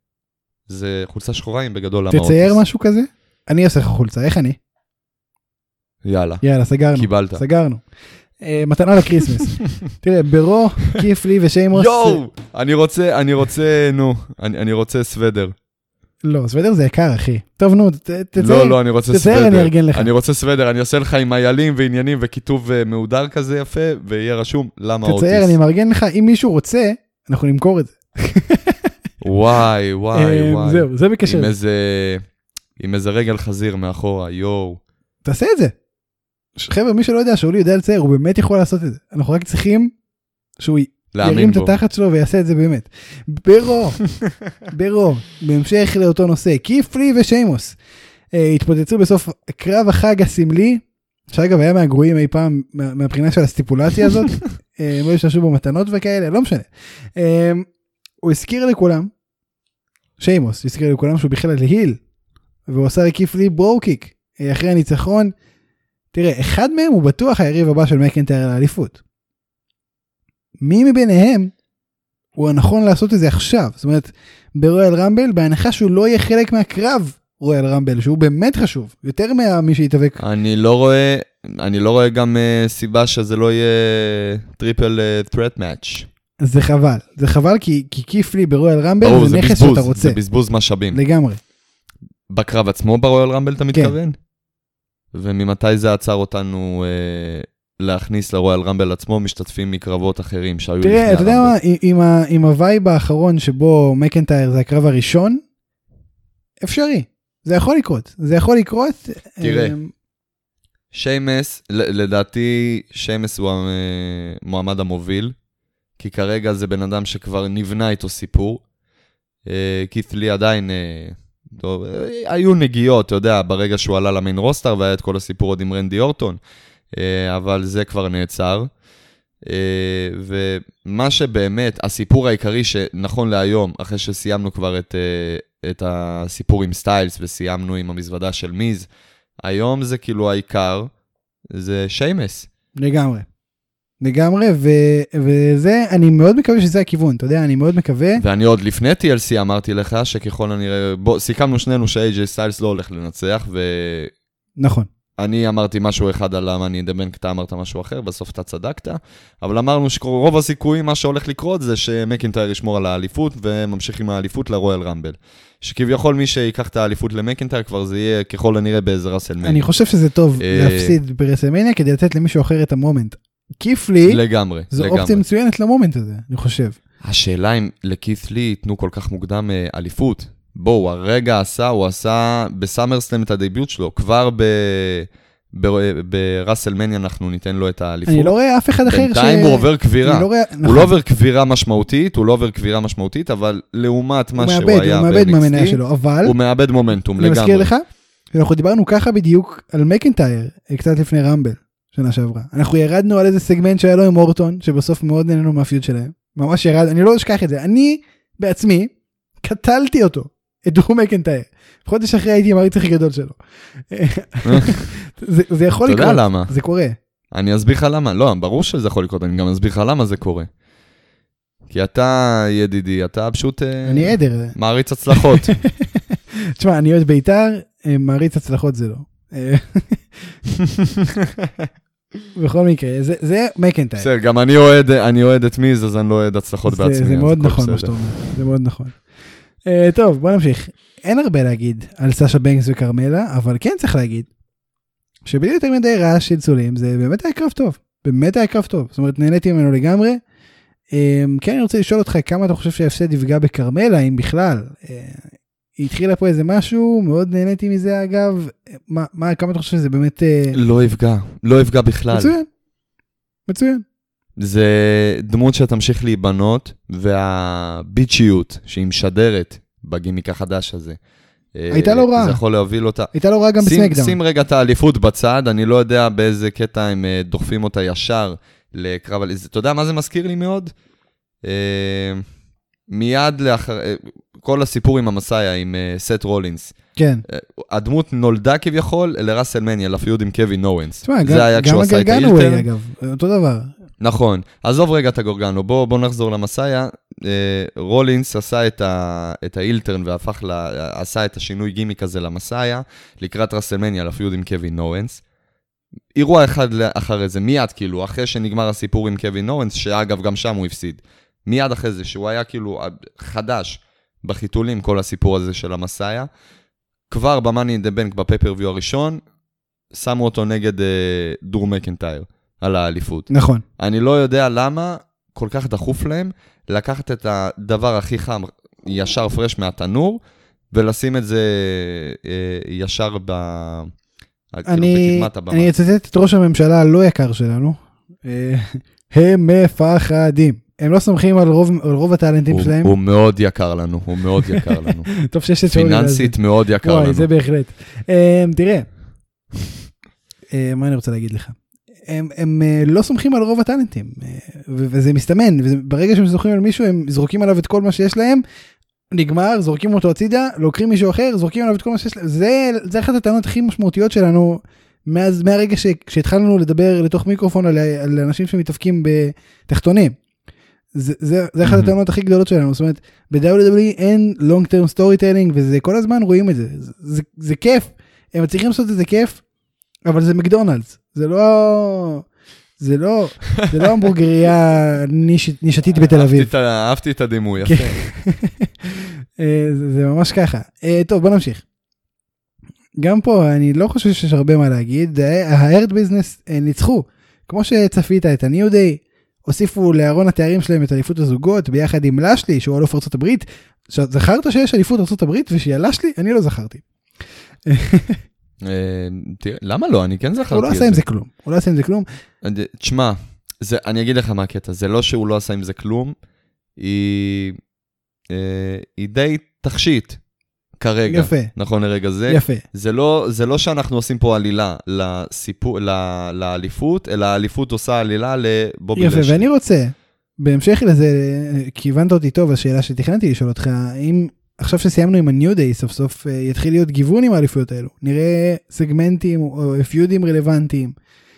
זה חולצה שחורה עם בגדול למה אוטיס. תצייר משהו כזה? אני אעשה לך חולצה, איך אני? יאללה. יאללה, סגרנו. קיבלת. סגרנו. מתנה לקריסמס. תראה, ברו, כיף לי ושיימוס. יואו! אני רוצה, אני רוצה, נו, אני רוצה סוודר. לא, סוודר זה יקר, אחי. טוב, נו, תצייר. לא, לא, אני רוצה סוודר. תצייר, אני ארגן לך. אני רוצה סוודר, אני אעשה לך עם איילים ועניינים וכיתוב מהודר כזה יפה, ויהיה רשום למה אוטיס. תצייר, אני מארגן לך, אם מישהו רוצה, אנחנו נמכור את זה. וואי, וואי, וואי. זהו, זה בקשר. עם איזה, עם איזה רגל חזיר מאחורה, יואו. תעשה את זה. חבר'ה, מי שלא יודע, שאולי יודע לצייר, הוא באמת יכול לעשות את זה. אנחנו רק צריכים שהוא ירים את התחת שלו ויעשה את זה באמת. ברו, ברו, בהמשך לאותו נושא, כיף לי ושיימוס. התפוצצו בסוף קרב החג הסמלי, שאגב היה מהגרועים אי פעם, מהבחינה של הסטיפולציה הזאת, הם לא ישתמשו במתנות וכאלה, לא משנה. הוא הזכיר לכולם, שיימוס, הזכיר לכולם שהוא בכלל להיל, והוא עשה לכיף לי ברוקיק, אחרי הניצחון. תראה, אחד מהם הוא בטוח היריב הבא של מקנטייר לאליפות. מי מביניהם הוא הנכון לעשות את זה עכשיו? זאת אומרת, ברויאל רמבל, בהנחה שהוא לא יהיה חלק מהקרב רויאל רמבל, שהוא באמת חשוב, יותר ממי שיתאבק. אני לא רואה, אני לא רואה גם uh, סיבה שזה לא יהיה טריפל threat match. זה חבל, זה חבל כי, כי כיף לי ברויאל רמבל ברור, זה, זה נכס בזבוז, שאתה רוצה. זה בזבוז משאבים. לגמרי. בקרב עצמו ברויאל רמבל אתה מתכוון? כן. וממתי זה עצר אותנו אה, להכניס לרויאל רמבל עצמו משתתפים מקרבות אחרים שהיו לפני הרמבל? תראה, אתה יודע מה, עם, ה, עם הווייב האחרון שבו מקנטייר זה הקרב הראשון, אפשרי. זה יכול לקרות. זה יכול לקרות. תראה, שיימס, לדעתי שיימס הוא המועמד המוביל, כי כרגע זה בן אדם שכבר נבנה איתו סיפור. כית' לי עדיין... טוב, היו נגיעות, אתה יודע, ברגע שהוא עלה למיין רוסטר, והיה את כל הסיפור עוד עם רנדי אורטון, אבל זה כבר נעצר. ומה שבאמת, הסיפור העיקרי שנכון להיום, אחרי שסיימנו כבר את, את הסיפור עם סטיילס, וסיימנו עם המזוודה של מיז, היום זה כאילו העיקר, זה שיימס. לגמרי. לגמרי, ו- וזה, אני מאוד מקווה שזה הכיוון, אתה יודע, אני מאוד מקווה. ואני עוד לפני טי אל סי אמרתי לך, שככל הנראה, בוא, סיכמנו שנינו ש-איי ג'יי סטיילס לא הולך לנצח, ו... נכון. אני אמרתי משהו אחד על למה אני אדבנק, אתה אמרת משהו אחר, בסוף אתה צדקת, אבל אמרנו שרוב הסיכויים, מה שהולך לקרות זה שמקינטייר ישמור על האליפות, וממשיך עם האליפות לרויאל רמבל. שכביכול מי שיקח את האליפות למקינטייר, כבר זה יהיה ככל הנראה באיזה רסלמניה. אני חושב שזה טוב להפסיד ברסלמניה, כדי לתת למישהו אחר את המומנט. כיף לי, לגמרי, זו לגמרי. אופציה מצוינת למומנט הזה, אני חושב. השאלה אם לכית' לי ייתנו כל כך מוקדם אליפות. בואו, הרגע עשה, הוא עשה בסאמרסלאם את הדייביוט שלו, כבר ב... ברסלמניה אנחנו ניתן לו את האליפות. אני לא רואה אף אחד אחר ש... בינתיים הוא עובר קבירה. לא רואה... הוא נכון. לא עובר קבירה משמעותית, הוא לא עובר קבירה משמעותית, אבל לעומת מה שהוא מאבד, היה הוא מאבד מהמניה שלו, אבל... הוא מאבד מומנטום אני לגמרי. מזכיר לך, אנחנו דיברנו ככה בדיוק על מקינטייר, קצת לפני רמבל, שנה שעברה. אנחנו ירדנו על איזה סגמנט שהיה לו עם אורטון, שבסוף מאוד נהנינו מהפיוט שלהם. ממש ירד, אני לא אשכח את זה. אני בעצמי קטלתי אותו, את דרו מקינטייר. חודש אחרי הייתי המעריץ הכי גדול שלו. זה, זה יכול לקרות. אתה יודע למה? זה קורה. אני אסביר לך למה. לא, ברור שזה יכול לקרות, אני גם אסביר לך למה זה קורה. כי אתה, ידידי, אתה פשוט... אני עדר. מעריץ הצלחות. תשמע, אני אוהד בית"ר, מעריץ הצלחות זה לא. בכל מקרה, זה, זה מקינטייר. בסדר, גם אני אוהד, אני אוהד את מיז, אז אני לא אוהד הצלחות בעצמי. זה מאוד נכון מה שאתה אומר, זה מאוד נכון. טוב, בוא נמשיך. אין הרבה להגיד על סאשה בנקס וקרמלה, אבל כן צריך להגיד שבלי יותר מדי רעש של צולים, זה באמת היה קרב טוב, באמת היה קרב טוב, זאת אומרת, נהניתי ממנו לגמרי. כן, אני רוצה לשאול אותך, כמה אתה חושב שההפסד יפגע בקרמלה, אם בכלל? היא התחילה פה איזה משהו, מאוד נהניתי מזה אגב, מה, מה, כמה אתה חושב שזה באמת... לא יפגע, לא יפגע בכלל. מצוין, מצוין. זה דמות שתמשיך להיבנות, והביצ'יות שהיא משדרת בגימיק החדש הזה. הייתה לא רעה. זה יכול להוביל אותה. הייתה לא רעה גם בסמקדאון. שים רגע את האליפות בצד, אני לא יודע באיזה קטע הם דוחפים אותה ישר לקרב, אתה יודע מה זה מזכיר לי מאוד? מיד לאחר, כל הסיפור עם המסאיה, עם סט רולינס. כן. הדמות נולדה כביכול לראסלמניה, לפיוד עם קווין אורנס. תשמע, גם הגרגנו אגב, אותו דבר. נכון, עזוב רגע את הגורגנו, בוא, בוא נחזור למסאיה. רולינס עשה את, ה, את האילטרן והפך, לה, עשה את השינוי גימיק הזה למסאיה, לקראת ראסלמניה, לפיוד עם קווין אורנס. אירוע אחד אחרי זה, מיד כאילו, אחרי שנגמר הסיפור עם קווין אורנס, שאגב גם שם הוא הפסיד. מיד אחרי זה, שהוא היה כאילו חדש בחיתולים, כל הסיפור הזה של המסאיה. כבר במאני אין דה בנק בפייפריוויו הראשון, שמו אותו נגד uh, דור מקנטייר. על האליפות. נכון. אני לא יודע למה כל כך דחוף להם לקחת את הדבר הכי חם ישר פרש מהתנור, ולשים את זה אה, ישר ב... אני, אני אצטט את ראש הממשלה הלא יקר שלנו. אה, הם מפחדים. הם לא סומכים על רוב, על רוב הטלנטים הוא, שלהם. הוא מאוד יקר לנו, הוא מאוד יקר לנו. טוב שיש את שאולי. פיננסית מאוד יקר וואי, לנו. וואי, זה בהחלט. אה, תראה, אה, מה אני רוצה להגיד לך? הם, הם לא סומכים על רוב הטלנטים, וזה מסתמן, וברגע שהם סומכים על מישהו, הם זורקים עליו את כל מה שיש להם, נגמר, זורקים אותו הצידה, לוקחים מישהו אחר, זורקים עליו את כל מה שיש להם, זה, זה אחת הטענות הכי משמעותיות שלנו, מאז, מהרגע ש, שהתחלנו לדבר לתוך מיקרופון על, על אנשים שמתאפקים בתחתונים. זה, זה, זה אחת הטענות הכי גדולות שלנו, זאת אומרת, ב-דאבליו דאבליו אי אין long term storytelling, וזה כל הזמן רואים את זה, זה, זה, זה כיף, הם מצליחים לעשות את זה כיף, אבל זה מקדונלדס. זה לא, זה לא, זה לא המבורגריה נישתית בתל אביב. אהבתי את הדימוי, יפה. זה ממש ככה. טוב, בוא נמשיך. גם פה אני לא חושב שיש הרבה מה להגיד. ההרד ביזנס ניצחו. כמו שצפית את הניו דיי, הוסיפו לארון התארים שלהם את אליפות הזוגות, ביחד עם לשלי, שהוא אלוף ארצות הברית. זכרת שיש אליפות ארצות הברית ושהיא לשלי? אני לא זכרתי. למה לא? אני כן זכרתי את זה. הוא לא עשה עם זה כלום. הוא לא עשה עם זה כלום. תשמע, אני אגיד לך מה הקטע. זה לא שהוא לא עשה עם זה כלום, היא די תכשיט כרגע. יפה. נכון לרגע זה. יפה. זה לא שאנחנו עושים פה עלילה לאליפות, אלא האליפות עושה עלילה לבובי לשלי. יפה, ואני רוצה, בהמשך לזה, כי הבנת אותי טוב, השאלה שתכננתי לשאול אותך, אם עכשיו שסיימנו עם ה-New Day, סוף סוף יתחיל להיות גיוון עם האליפויות האלו. נראה סגמנטים או פיודים רלוונטיים.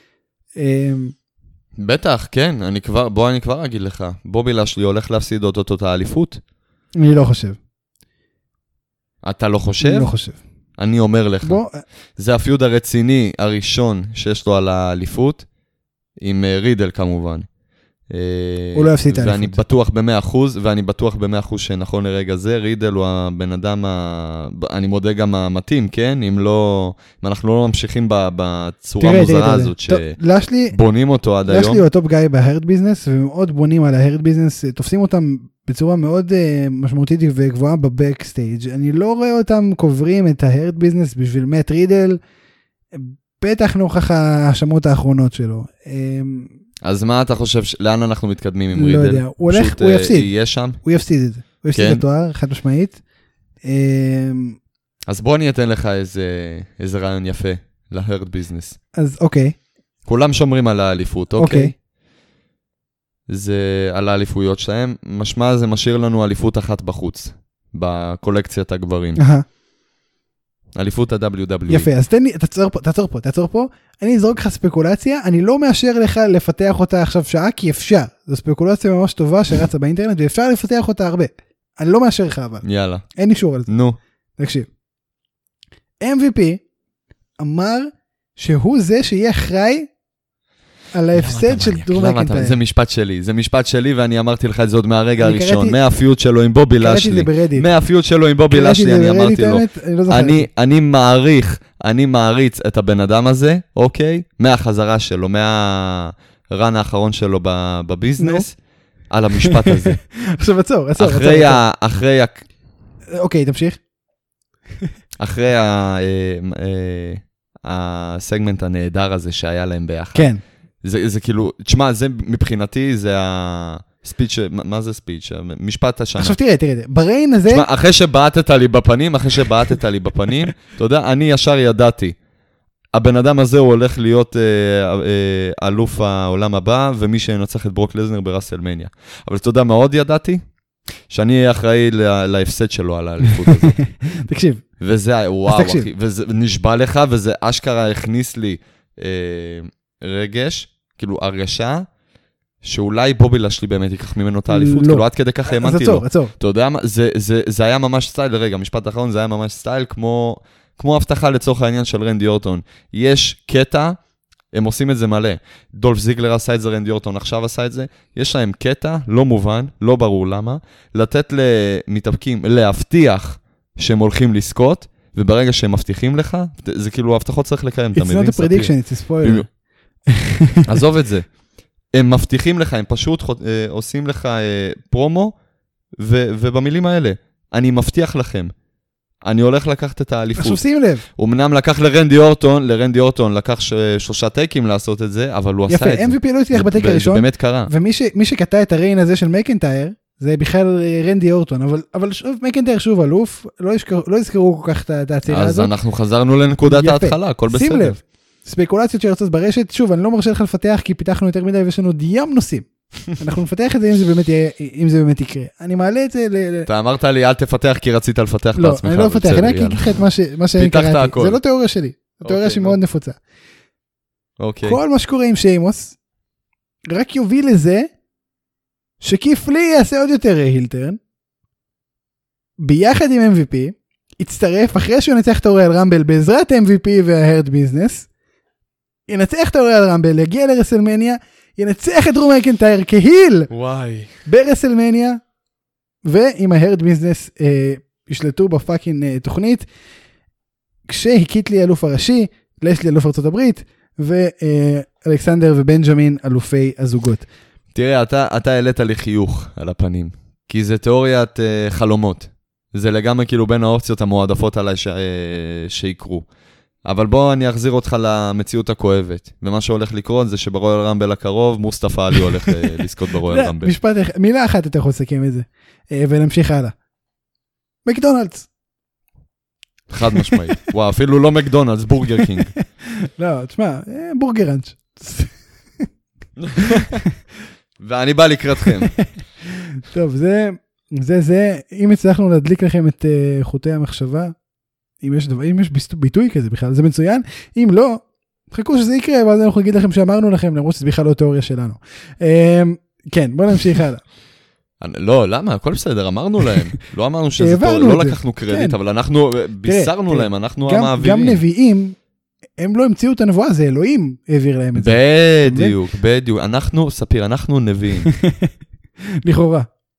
בטח, כן. אני כבר, בוא אני כבר אגיד לך. בובי לשלי הולך להפסיד אותו את האליפות? אני לא חושב. אתה לא חושב? אני לא חושב. אני אומר לך. בוא... זה הפיוד הרציני הראשון שיש לו על האליפות, עם רידל כמובן. הוא לא יפסיד את האליפות. ואני בטוח במאה אחוז, ואני בטוח במאה אחוז שנכון לרגע זה, רידל הוא הבן אדם, ה... אני מודה גם המתאים, כן? אם לא, אם אנחנו לא ממשיכים בצורה תראה, המוזרה תראה, הזאת, תראה. שבונים אותו עד היום. לשלי הוא הטופ גאי בהרד ביזנס, ומאוד בונים על ההרד ביזנס, תופסים אותם בצורה מאוד uh, משמעותית וגבוהה בבקסטייג'. אני לא רואה אותם קוברים את ההרד ביזנס בשביל מאט רידל, בטח נוכח ההאשמות האחרונות שלו. אז מה אתה חושב, לאן אנחנו מתקדמים עם רידל? לא יודע, הוא הולך, הוא יפסיד. יהיה שם? הוא יפסיד את זה. הוא יפסיד את התואר, חד משמעית. אז בוא אני אתן לך איזה רעיון יפה להרד ביזנס. אז אוקיי. כולם שומרים על האליפות, אוקיי? זה על האליפויות שלהם. משמע זה משאיר לנו אליפות אחת בחוץ, בקולקציית הגברים. אהה. אליפות ה-דאבליו דאבליו אי. יפה, אז תן לי, תעצור פה, תעצור פה, תעצור פה. אני אזרוק לך ספקולציה, אני לא מאשר לך לפתח אותה עכשיו שעה, כי אפשר. זו ספקולציה ממש טובה שרצה באינטרנט, ואפשר לפתח אותה הרבה. אני לא מאשר לך אבל. יאללה. אין אישור על זה. נו. תקשיב. אם וי פי אמר שהוא זה שיהיה אחראי על ההפסד של דרו מקינטייר. זה משפט שלי, זה משפט שלי, ואני אמרתי לך את זה עוד מהרגע הראשון. מהפיוט שלו עם בובי לשלי. מהפיוט שלו עם בובי לשלי, אני אמרתי לו. אני מעריך, אני מעריץ את הבן אדם הזה, אוקיי? מהחזרה שלו, מהרן האחרון שלו בביזנס, על המשפט הזה. עכשיו עצור, עצור. אחרי... אוקיי, תמשיך. אחרי הסגמנט הנהדר הזה שהיה להם ביחד. כן. זה, זה כאילו, תשמע, זה מבחינתי, זה הספיץ', מה זה ספיץ'? משפט השנה. עכשיו תראה, תראה, בריין הזה... תשמע, אחרי שבעטת לי בפנים, אחרי שבעטת לי בפנים, אתה יודע, אני ישר ידעתי. הבן אדם הזה הוא הולך להיות אה, אה, אלוף העולם הבא, ומי שינצח את ברוק לזנר ברסלמניה. אבל אתה יודע, מאוד ידעתי, שאני אהיה אחראי להפסד שלו על האליפות הזאת. תקשיב. וזה, וואו, אחי, וזה נשבע לך, וזה אשכרה הכניס לי אה, רגש, כאילו הרגשה, שאולי בובי לשלי באמת ייקח ממנו את האליפות, לא. כאילו עד כדי ככה האמנתי לו. עצור, עצור. אתה יודע מה, זה, זה, זה היה ממש סטייל, רגע, משפט האחרון, זה היה ממש סטייל, כמו, כמו הבטחה לצורך העניין של רנדי אורטון. יש קטע, הם עושים את זה מלא. דולף זיגלר עשה את זה, רנדי אורטון עכשיו עשה את זה. יש להם קטע, לא מובן, לא ברור למה, לתת למתאבקים, להבטיח שהם הולכים לזכות, וברגע שהם מבטיחים לך, זה כאילו, ההבטחות צריך לקיים, אתה מבין? It's not a prediction, it's a spoiler. עזוב את זה. הם מבטיחים לך, הם פשוט עושים לך פרומו, ובמילים האלה, אני מבטיח לכם, אני הולך לקחת את האליפות. עכשיו שים לב. הוא מנם לקח לרנדי אורטון, לרנדי אורטון לקח שלושה טייקים לעשות את זה, אבל הוא עשה את זה. יפה, אם וי פי לא הצליח בטייק הראשון. זה באמת קרה. ומי שקטע את הריין הזה של מקינטייר, זה בכלל רנדי אורטון, אבל, אבל שוב, מקינטייר שוב אלוף, לא יזכרו, לא יזכרו כל כך את העצירה הזאת. אז אנחנו חזרנו לנקודת ההתחלה, הכל בסדר. שים לב, ספקולציות שירצות ברשת, שוב, אני לא מרשה לך לפתח, כי פיתחנו יותר מדי ויש לנו ים נושאים. אנחנו נפתח את זה אם זה באמת יהיה, אם זה באמת יקרה. אני מעלה את זה ל... אתה אמרת לי, אל תפתח, כי רצית לפתח בעצמך. לא, אני לא אפתח, אני רק אגיד לך את מה שאני קראתי. זה לא תיאוריה שלי, זו תיאוריה שהיא מאוד נפוצה. כל מה שקורה עם שיימוס, רק יוביל לזה, שכיף לי יעשה עוד יותר הילטרן, ביחד עם אם וי פי, יצטרף אחרי שהוא ינצח את האוריאל רמבל, בעזרת אם וי פי וההרד ביזנס, ינצח את האוריאל רמבל, יגיע לרסלמניה, ינצח את דרו מקינטייר כהיל, וואי. ברסלמניה, ועם ההרד ביזנס אה, ישלטו בפאקינג אה, תוכנית, כשהקיט לי אלוף הראשי, לשלי אלוף ארצות הברית, ואלכסנדר ובנג'מין אלופי הזוגות. תראה, אתה, אתה העלית לי חיוך על הפנים, כי זה תיאוריית אה, חלומות. זה לגמרי כאילו בין האופציות המועדפות עליי ש... אה, שיקרו. אבל בוא אני אחזיר אותך למציאות הכואבת. ומה שהולך לקרות זה שברואל רמבל הקרוב, מוסטפא עלי הולך אה, לזכות ברואל רמבל. משפט, מילה אחת אתה יכול לסכם את זה. אה, ונמשיך הלאה. מקדונלדס. חד משמעית. וואו, אפילו לא מקדונלדס, בורגר קינג. לא, תשמע, אה, בורגר ראנץ'. ואני בא לקראתכם. טוב, זה, זה, זה, אם הצלחנו להדליק לכם את uh, חוטי המחשבה, אם יש, דבר, אם יש ביטוי כזה בכלל, זה מצוין. אם לא, תחכו שזה יקרה, ואז אנחנו נגיד לכם שאמרנו לכם, למרות שזה בכלל לא תיאוריה שלנו. Um, כן, בוא נמשיך הלאה. לא, למה? הכל בסדר, אמרנו להם. לא אמרנו שזה תיאוריה, לא לקחנו קרדיט, כן. אבל אנחנו בישרנו תראה, להם, אנחנו גם, המעבירים. גם נביאים, הם לא המציאו את הנבואה, זה אלוהים העביר להם את זה. בדיוק, בדיוק. אנחנו, ספיר, אנחנו נביאים. לכאורה.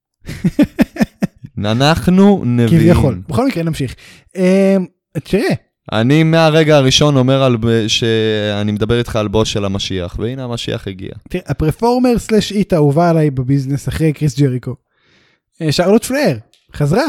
אנחנו נביאים. כביכול. בכל מקרה נמשיך. תראה. אני מהרגע הראשון אומר על, שאני מדבר איתך על בוס של המשיח, והנה המשיח הגיע. תראה, הפרפורמר סלש איט האהובה עליי בביזנס אחרי קריס ג'ריקו. שרלוט פלר, חזרה.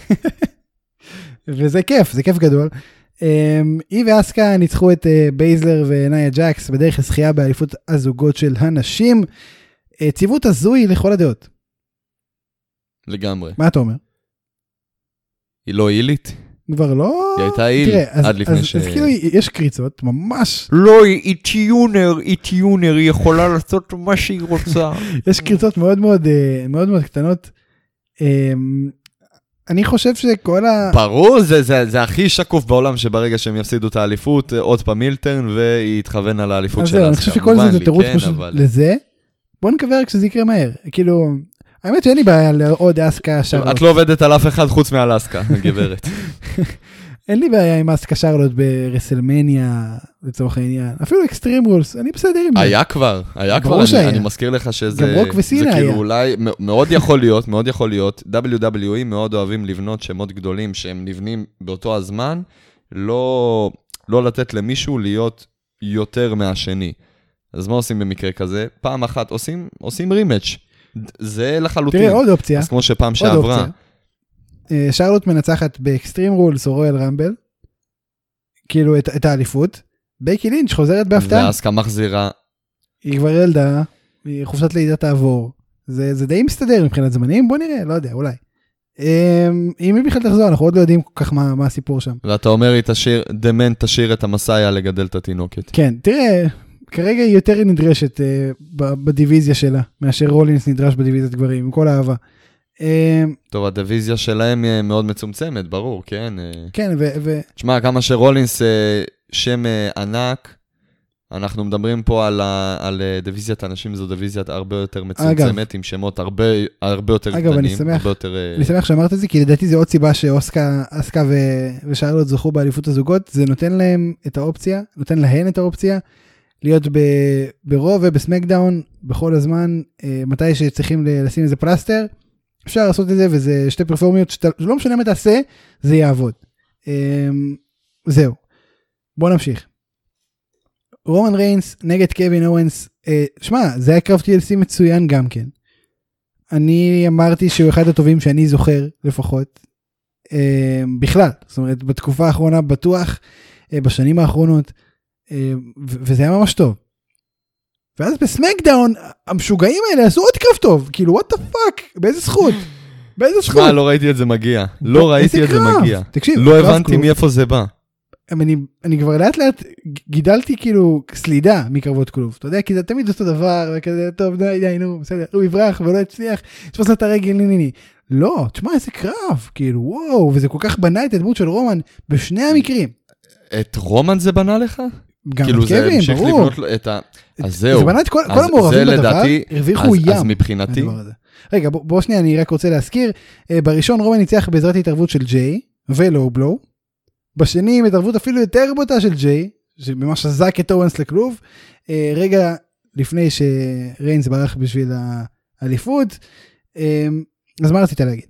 וזה כיף, זה כיף גדול. היא ואסקה ניצחו את בייזלר ונאיה ג'קס בדרך הזכייה באליפות הזוגות של הנשים. ציוות הזוי לכל הדעות. לגמרי. מה אתה אומר? היא לא אילית? כבר לא... היא הייתה איל עד לפני ש... אז כאילו יש קריצות, ממש... לא, היא טיונר, היא טיונר, היא יכולה לעשות מה שהיא רוצה. יש קריצות מאוד מאוד מאוד מאוד קטנות. אני חושב שכל ה... ברור, זה, זה, זה הכי שקוף בעולם שברגע שהם יפסידו את האליפות, עוד פעם מילטרן, והיא יתכוון על האליפות של אסקה. אני חושב שכל זה זה תירוץ פשוט לזה. בוא נקווה רק שזה יקרה מהר. כאילו, האמת שאין לי בעיה לעוד אסקה. את לא עובדת על אף אחד חוץ מעל אסקה, גברת. אין לי בעיה עם אסקה שרלוט ברסלמניה, לצורך העניין. אפילו אקסטרים רולס, אני בסדר עם זה. היה כבר, היה כבר, אני, אני מזכיר לך שזה... גם רוק וסינה היה. זה כאילו אולי, מאוד יכול להיות, מאוד יכול להיות, דאבליו דאבליו אי מאוד אוהבים לבנות שמות גדולים, שהם נבנים באותו הזמן, לא, לא לתת למישהו להיות יותר מהשני. אז מה עושים במקרה כזה? פעם אחת עושים, עושים רימץ'. זה לחלוטין. תראה, עוד אופציה. אז כמו שפעם שעברה. שרלוט מנצחת באקסטרים רולס או רויאל רמבל, כאילו את, את האליפות, בייקי לינץ' חוזרת בהפתעה. ואז כמה מחזירה. היא כבר ילדה, היא חופשת לידה תעבור. זה, זה די מסתדר מבחינת זמנים, בוא נראה, לא יודע, אולי. אם היא בכלל תחזור, אנחנו עוד לא יודעים כל כך מה, מה הסיפור שם. ואתה אומר, היא תשאיר, דמנט תשאיר את המסאיה לגדל את התינוקת. כן, תראה, כרגע היא יותר נדרשת uh, בדיוויזיה שלה, מאשר רולינס נדרש בדיוויזיית גברים, עם כל האהבה. טוב, הדיוויזיה שלהם היא מאוד מצומצמת, ברור, כן? כן, ו... תשמע, כמה שרולינס שם ענק, אנחנו מדברים פה על, על דיוויזיית האנשים, זו דיוויזיית הרבה יותר מצומצמת, עם שמות הרבה, הרבה יותר קטנים. אגב, אני שמח, אני שמח שאמרת את זה, כי לדעתי זה עוד סיבה שאוסקה ו... ושרלוט זכו באליפות הזוגות, זה נותן להם את האופציה, נותן להן את האופציה, להיות ב... ברוב ובסמקדאון, בכל הזמן, מתי שצריכים לשים איזה פלסטר, אפשר לעשות את זה, וזה שתי פרפורמיות, שאתה, לא משנה מה תעשה, זה יעבוד. זהו. בוא נמשיך. רומן ריינס נגד קווין אורנס, שמע, זה היה קרב טי אל סי מצוין גם כן. אני אמרתי שהוא אחד הטובים שאני זוכר, לפחות, בכלל. זאת אומרת, בתקופה האחרונה בטוח, בשנים האחרונות, וזה היה ממש טוב. ואז בסמקדאון, המשוגעים האלה עשו עוד קרב טוב, כאילו, what the fuck, באיזה זכות? באיזה זכות? מה, לא ראיתי את זה מגיע. לא ראיתי את זה מגיע. תקשיב, לא הבנתי מאיפה זה בא. אני, אני כבר לאט לאט גידלתי כאילו סלידה מקרבות כלוב. אתה יודע, כי זה תמיד אותו דבר, וכזה, טוב, די, די, נו, בסדר, הוא יברח ולא יצליח, תפוס לה את הרגל, ני, ני, ני. לא, תשמע, איזה קרב, כאילו, וואו, וזה כל כך בנה את הדמות של רומן, בשני המקרים. את רומן זה בנה לך? גם כאילו את קווין, ברור. לבנות לו את ה... אז זהו. זה בנה את כל, כל המעורבים בדבר, הרוויחו אז, ים. אז מבחינתי... רגע, בוא, בוא שנייה, אני רק רוצה להזכיר, בראשון רומן ניצח בעזרת התערבות של ג'יי, ולואו בלואו, בשני התערבות אפילו יותר בוטה של ג'יי, שממש חזק את אורנס לכלוב, רגע לפני שריינס ברח בשביל האליפות, אז מה רצית להגיד?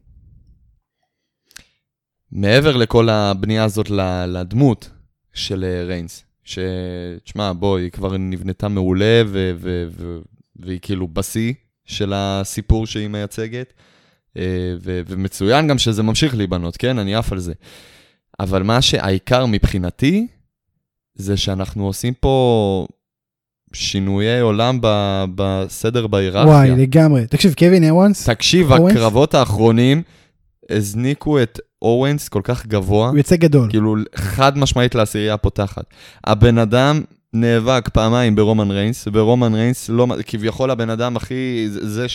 מעבר לכל הבנייה הזאת לדמות של ריינס, שתשמע, בוא, היא כבר נבנתה מעולה, ו- ו- ו- והיא כאילו בסי של הסיפור שהיא מייצגת, ו- ומצוין גם שזה ממשיך להיבנות, כן? אני אף על זה. אבל מה שהעיקר מבחינתי, זה שאנחנו עושים פה שינויי עולם ב- בסדר בהיררכיה. וואי, לגמרי. תקשיב, קווין אורנס. תקשיב, אורנס? הקרבות האחרונים הזניקו את אורנס כל כך גבוה. הוא יצא גדול. כאילו, חד משמעית לעשירייה הפותחת. הבן אדם נאבק פעמיים ברומן ריינס, ורומן ריינס, לא, כביכול הבן אדם הכי, זה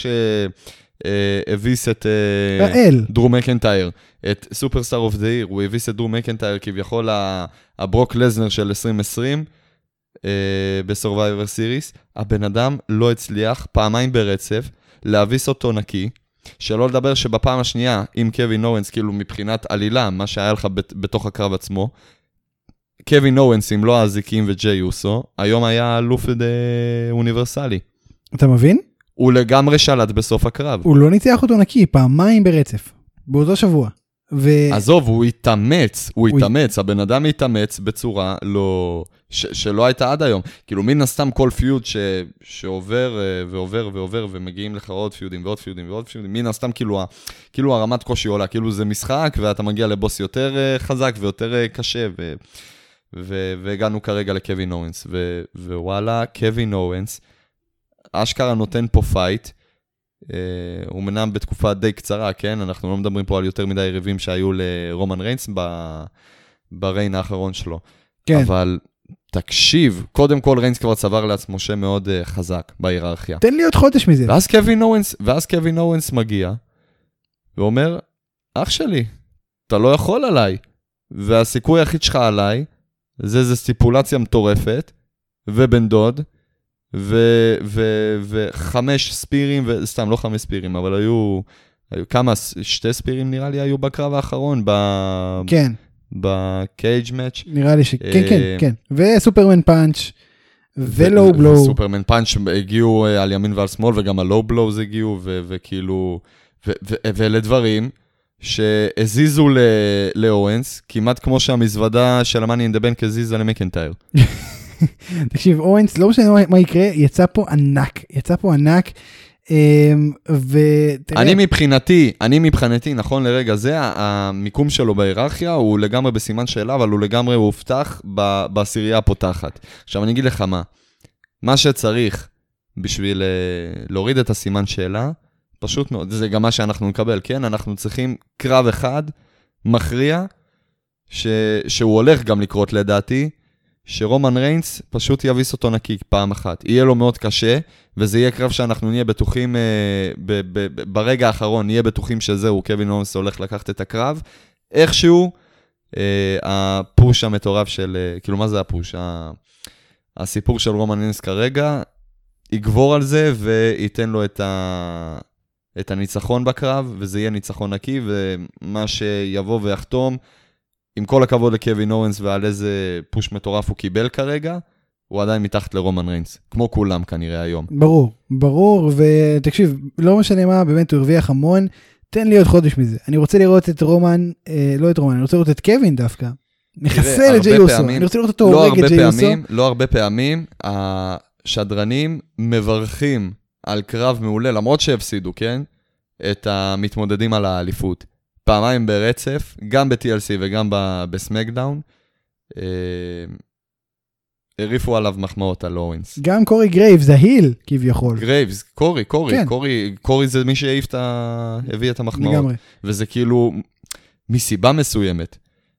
שהביס את דרו מקנטייר, את סופרסטאר אוף דה עיר, הוא הביס את דרו מקנטייר, כביכול הברוק לזנר של עשרים עשרים, בסורווייבר סיריס, הבן אדם לא הצליח פעמיים ברצף, להביס אותו נקי, שלא לדבר שבפעם השנייה, עם קווין אורנס, כאילו מבחינת עלילה, מה שהיה לך בתוך הקרב עצמו, קווין אורנס, אם לא הזיקים וג'יי יוסו, היום היה אלוף אוניברסלי. אתה מבין? הוא לגמרי שלט בסוף הקרב. הוא לא ניצח אותו נקי, פעמיים ברצף, באותו שבוע. ו... עזוב, הוא התאמץ, הוא התאמץ, הבן אדם התאמץ בצורה לא... ש... שלא הייתה עד היום. כאילו, מן הסתם כל פיוד ש... שעובר ועובר ועובר, ומגיעים לך עוד פיודים ועוד פיודים ועוד פיודים, מן הסתם כאילו, ה... כאילו הרמת קושי עולה, כאילו זה משחק, ואתה מגיע לבוס יותר חזק ויותר קשה, ו... ו... והגענו כרגע לקווין אורנס, ו... ווואלה, קווין אורנס, אשכרה נותן פה פייט, Uh, הוא מנם בתקופה די קצרה, כן? אנחנו לא מדברים פה על יותר מדי יריבים שהיו לרומן ריינס ב- בריין האחרון שלו. כן. אבל תקשיב, קודם כל ריינס כבר צבר לעצמו שם מאוד uh, חזק בהיררכיה. תן לי עוד חודש מזה. ואז קווין אורנס, ואז קווין אורנס מגיע, ואומר, אח שלי, אתה לא יכול עליי. והסיכוי היחיד שלך עליי, זה זה סטיפולציה מטורפת, ובן דוד, ו- ו- וחמש ספירים, וסתם לא חמש ספירים, אבל היו, היו כמה, שתי ספירים נראה לי היו בקרב האחרון, ב- כן. בקייג' מאץ'. נראה לי שכן, כן, כן. וסופרמן פאנץ' ולואו בלואו. סופרמן פאנץ' הגיעו על ימין ועל שמאל, וגם הלואו בלואו זה הגיעו, וכאילו, ואלה דברים שהזיזו לאורנס, כמעט כמו שהמזוודה של המאני אין דה בנק הזיזה למקנטייר. תקשיב, אורנס, לא משנה מה יקרה, יצא פה ענק, יצא פה ענק, ותראה... אני מבחינתי, אני מבחינתי, נכון לרגע זה, המיקום שלו בהיררכיה הוא לגמרי בסימן שאלה, אבל הוא לגמרי הובטח בעשירייה הפותחת. עכשיו אני אגיד לך מה, מה שצריך בשביל להוריד את הסימן שאלה, פשוט מאוד, זה גם מה שאנחנו נקבל, כן? אנחנו צריכים קרב אחד, מכריע, ש... שהוא הולך גם לקרות לדעתי, שרומן ריינס פשוט יביס אותו נקי פעם אחת. יהיה לו מאוד קשה, וזה יהיה קרב שאנחנו נהיה בטוחים, אה, ב- ב- ב- ברגע האחרון נהיה בטוחים שזהו, קווין אורנס הולך לקחת את הקרב. איכשהו, אה, הפוש המטורף של, אה, כאילו מה זה הפוש? ה- הסיפור של רומן ריינס כרגע, יגבור על זה וייתן לו את, ה- את הניצחון בקרב, וזה יהיה ניצחון נקי, ומה שיבוא ויחתום, עם כל הכבוד לקווין אורנס ועל איזה פוש מטורף הוא קיבל כרגע, הוא עדיין מתחת לרומן ריינס, כמו כולם כנראה היום. ברור, ברור, ותקשיב, לא משנה מה, באמת הוא הרוויח המון, תן לי עוד חודש מזה. אני רוצה לראות את רומן, אה, לא את רומן, אני רוצה לראות את קווין דווקא. מחסל את ג'יי אוסו, אני רוצה לראות אותו הורג את ג'יי אוסו. לא הרבה פעמים, השדרנים מברכים על קרב מעולה, למרות שהפסידו, כן? את המתמודדים על האליפות. פעמיים ברצף, גם ב-טי אל סי וגם בסמקדאון, הריפו עליו מחמאות על אורנס. גם קורי גרייבס, ההיל כביכול. גרייבס, קורי, קורי, קורי, קורי זה מי שהביא את המחמאות. לגמרי. וזה כאילו, מסיבה מסוימת,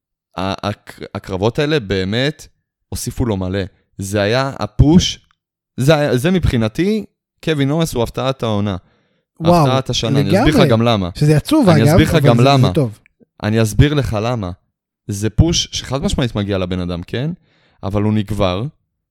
הקרבות האלה באמת הוסיפו לו מלא. זה היה הפוש, זה מבחינתי, קווין אורנס הוא הפתעת העונה. הפתעת השנה, אני אסביר לך גם למה. שזה עצוב, אגב, אני אסביר לך גם למה. זה טוב. אני אסביר לך למה. זה פוש שחד משמעית מגיע לבן אדם, כן? אבל הוא נגבר,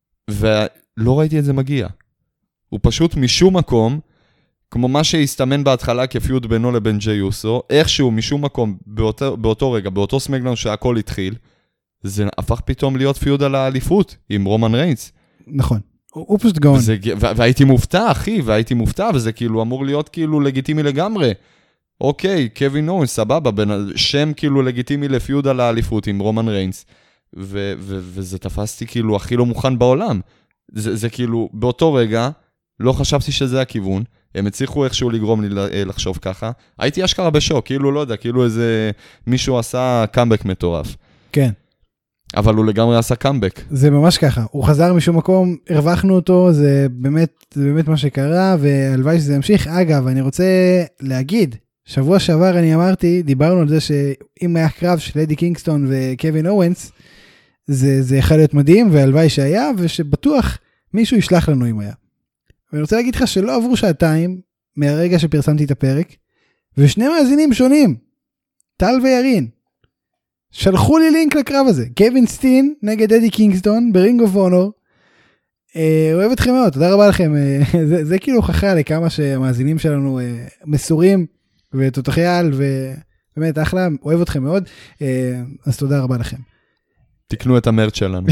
ולא ראיתי את זה מגיע. הוא פשוט משום מקום, כמו מה שהסתמן בהתחלה כפיוד בינו לבין ג'יי אוסו, איכשהו משום מקום, באותו, באותו רגע, באותו סמקדאון שהכל התחיל, זה הפך פתאום להיות פיוד על האליפות, עם רומן ריינס. נכון. הוא פשוט גאון. וזה, והייתי מופתע, אחי, והייתי מופתע, וזה כאילו אמור להיות כאילו לגיטימי לגמרי. אוקיי, קווין אורנס, סבבה, בין, שם כאילו לגיטימי לפיוד על האליפות עם רומן ריינס, ו, ו, וזה תפסתי כאילו הכי לא מוכן בעולם. זה, זה כאילו, באותו רגע, לא חשבתי שזה הכיוון, הם הצליחו איכשהו לגרום לי לחשוב ככה, הייתי אשכרה בשוק, כאילו לא יודע, כאילו איזה מישהו עשה קאמבק מטורף. כן. אבל הוא לגמרי עשה קאמבק. זה ממש ככה, הוא חזר משום מקום, הרווחנו אותו, זה באמת, זה באמת מה שקרה, והלוואי שזה ימשיך. אגב, אני רוצה להגיד, שבוע שעבר אני אמרתי, דיברנו על זה שאם היה קרב של אדי קינגסטון וקווין אורנס, זה, זה יכול להיות מדהים, והלוואי שהיה, ושבטוח מישהו ישלח לנו אם היה. ואני רוצה להגיד לך שלא עברו שעתיים, מהרגע שפרסמתי את הפרק, ושני מאזינים שונים, טל וירין, שלחו לי לינק לקרב הזה, קווין סטין נגד אדי קינגסטון ברינג אוף אונור, אה, אוהב אתכם מאוד, תודה רבה לכם, אה, זה, זה כאילו הוכחה לכמה שהמאזינים שלנו אה, מסורים ותותחי על, ובאמת אחלה, אוהב אתכם מאוד, אה, אז תודה רבה לכם. תקנו את המרץ שלנו.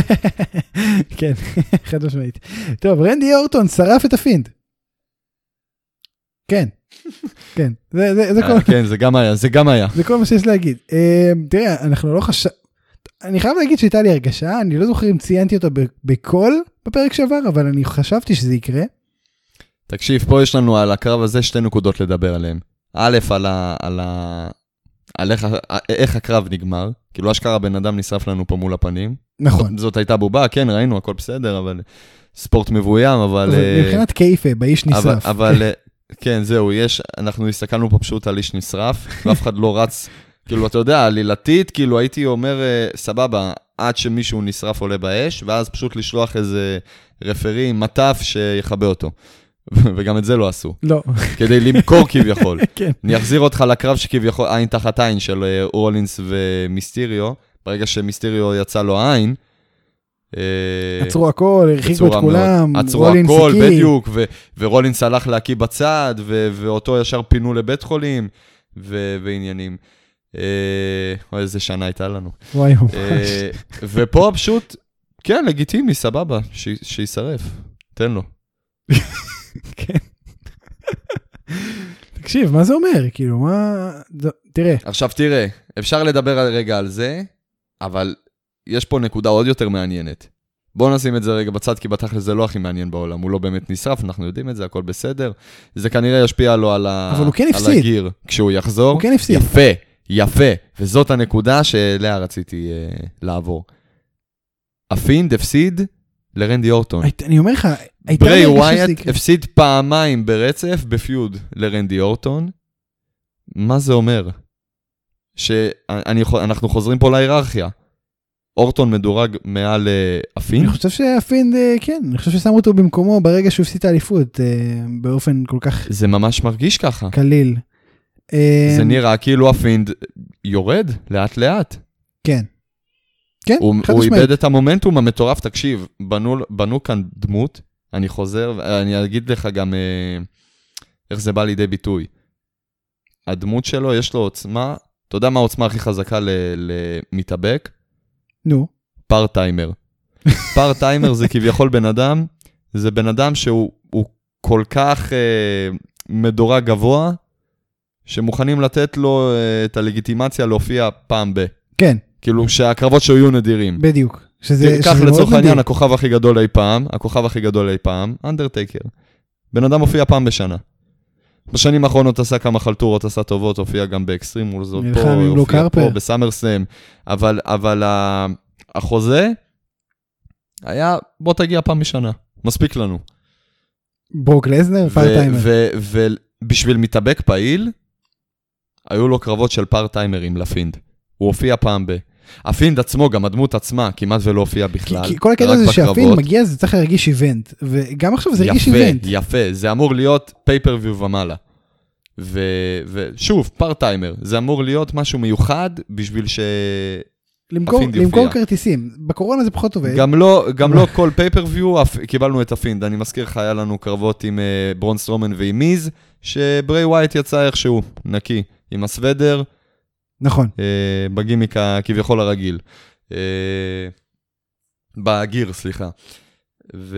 כן, חד משמעית. טוב, רנדי אורטון שרף את הפינד. כן. כן, זה, זה, זה כל... כן, זה גם היה, זה גם היה. זה כל מה שיש להגיד. תראה, אנחנו לא חשב... אני חייב להגיד שהייתה לי הרגשה, אני לא זוכר אם ציינתי אותו בקול בפרק שעבר, אבל אני חשבתי שזה יקרה. תקשיב, פה יש לנו על הקרב הזה שתי נקודות לדבר עליהן. א', על ה... על ה... על איך, איך הקרב נגמר, כאילו אשכרה בן אדם נשרף לנו פה מול הפנים. נכון. זאת הייתה בובה, כן, ראינו, הכל בסדר, אבל ספורט מבוים, אבל... מבחינת כיפה, באיש נשרף. אבל... כן, זהו, יש, אנחנו הסתכלנו פה פשוט על איש נשרף, ואף אחד לא רץ, כאילו, אתה יודע, עלילתית, כאילו, הייתי אומר, סבבה, עד שמישהו נשרף עולה באש, ואז פשוט לשלוח איזה רפרי, מטף שיחבא אותו. וגם את זה לא עשו. לא. כדי למכור כביכול. כן. אני אחזיר אותך לקרב שכביכול, עין תחת עין של אורלינס ומיסטריו, ברגע שמיסטריו יצא לו עין, עצרו הכל, הרחיקו את כולם, עצרו הכל, בדיוק, ורולינס הלך להקיא בצד, ואותו ישר פינו לבית חולים, ועניינים. או איזה שנה הייתה לנו. וואי, ממש. ופה פשוט, כן, לגיטימי, סבבה, שישרף. תן לו. כן. תקשיב, מה זה אומר? כאילו, מה... תראה. עכשיו תראה, אפשר לדבר רגע על זה, אבל יש פה נקודה עוד יותר מעניינת. בואו נשים את זה רגע בצד, כי בתכל'ס זה לא הכי מעניין בעולם, הוא לא באמת נשרף, אנחנו יודעים את זה, הכל בסדר. זה כנראה ישפיע לו על, ה... אבל הוא כן על הגיר כשהוא יחזור. הוא כן הפסיד. יפה, יפה, וזאת הנקודה שאליה רציתי uh, לעבור. הפינד הפסיד לרנדי אורטון. אני אומר לך, ברי ווייט הפסיד פעמיים ברצף בפיוד לרנדי אורטון. מה זה אומר? שאנחנו חוזרים פה להיררכיה. אורטון מדורג מעל הפינד? אני חושב שהפינד, כן, אני חושב ששמו אותו במקומו ברגע שהוא הפסיד את האליפות, באופן כל כך... זה ממש מרגיש ככה. קליל. זה נראה כאילו הפינד יורד לאט לאט. כן. כן, הוא, הוא איבד את המומנטום המטורף, תקשיב, בנו, בנו כאן דמות, אני חוזר, ואני אגיד לך גם אה, איך זה בא לידי ביטוי. הדמות שלו, יש לו עוצמה, אתה יודע מה העוצמה הכי חזקה למתאבק? נו. פאר טיימר. פאר טיימר זה כביכול בן אדם, זה בן אדם שהוא כל כך אה, מדורג גבוה, שמוכנים לתת לו אה, את הלגיטימציה להופיע פעם ב. כן. כאילו שהקרבות שהוא יהיו נדירים. בדיוק. כך לצורך העניין, הכוכב הכי גדול אי פעם, הכוכב הכי גדול אי פעם, אנדרטייקר. בן אדם הופיע פעם בשנה. בשנים האחרונות עשה כמה חלטורות, עשה טובות, הופיע גם באקסטרים מול זאת פה, הופיע פה בסאמרסלאם, אבל, אבל החוזה היה, בוא תגיע פעם בשנה, מספיק לנו. ברוק לזנר, פאר טיימר. ובשביל מתאבק פעיל, היו לו קרבות של פאר טיימרים לפינד. הוא הופיע פעם ב... הפינד עצמו, גם הדמות עצמה, כמעט ולא הופיע בכלל. כי כל הקטע זה שהפינד מגיע, זה צריך להרגיש איבנט. וגם עכשיו זה הרגיש איבנט. יפה, יפה. זה אמור להיות פייפריוויו ומעלה. ושוב, פאר טיימר. זה אמור להיות משהו מיוחד בשביל שהפינד יופיע. למכור כרטיסים. בקורונה זה פחות עובד. גם לא כל פייפריוויו, קיבלנו את הפינד. אני מזכיר לך, היה לנו קרבות עם ברון סטרומן ועם מיז, שברי ווייט יצא איכשהו, נקי, עם הסוודר. נכון. בגימיק כביכול הרגיל. בגיר, סליחה. ו...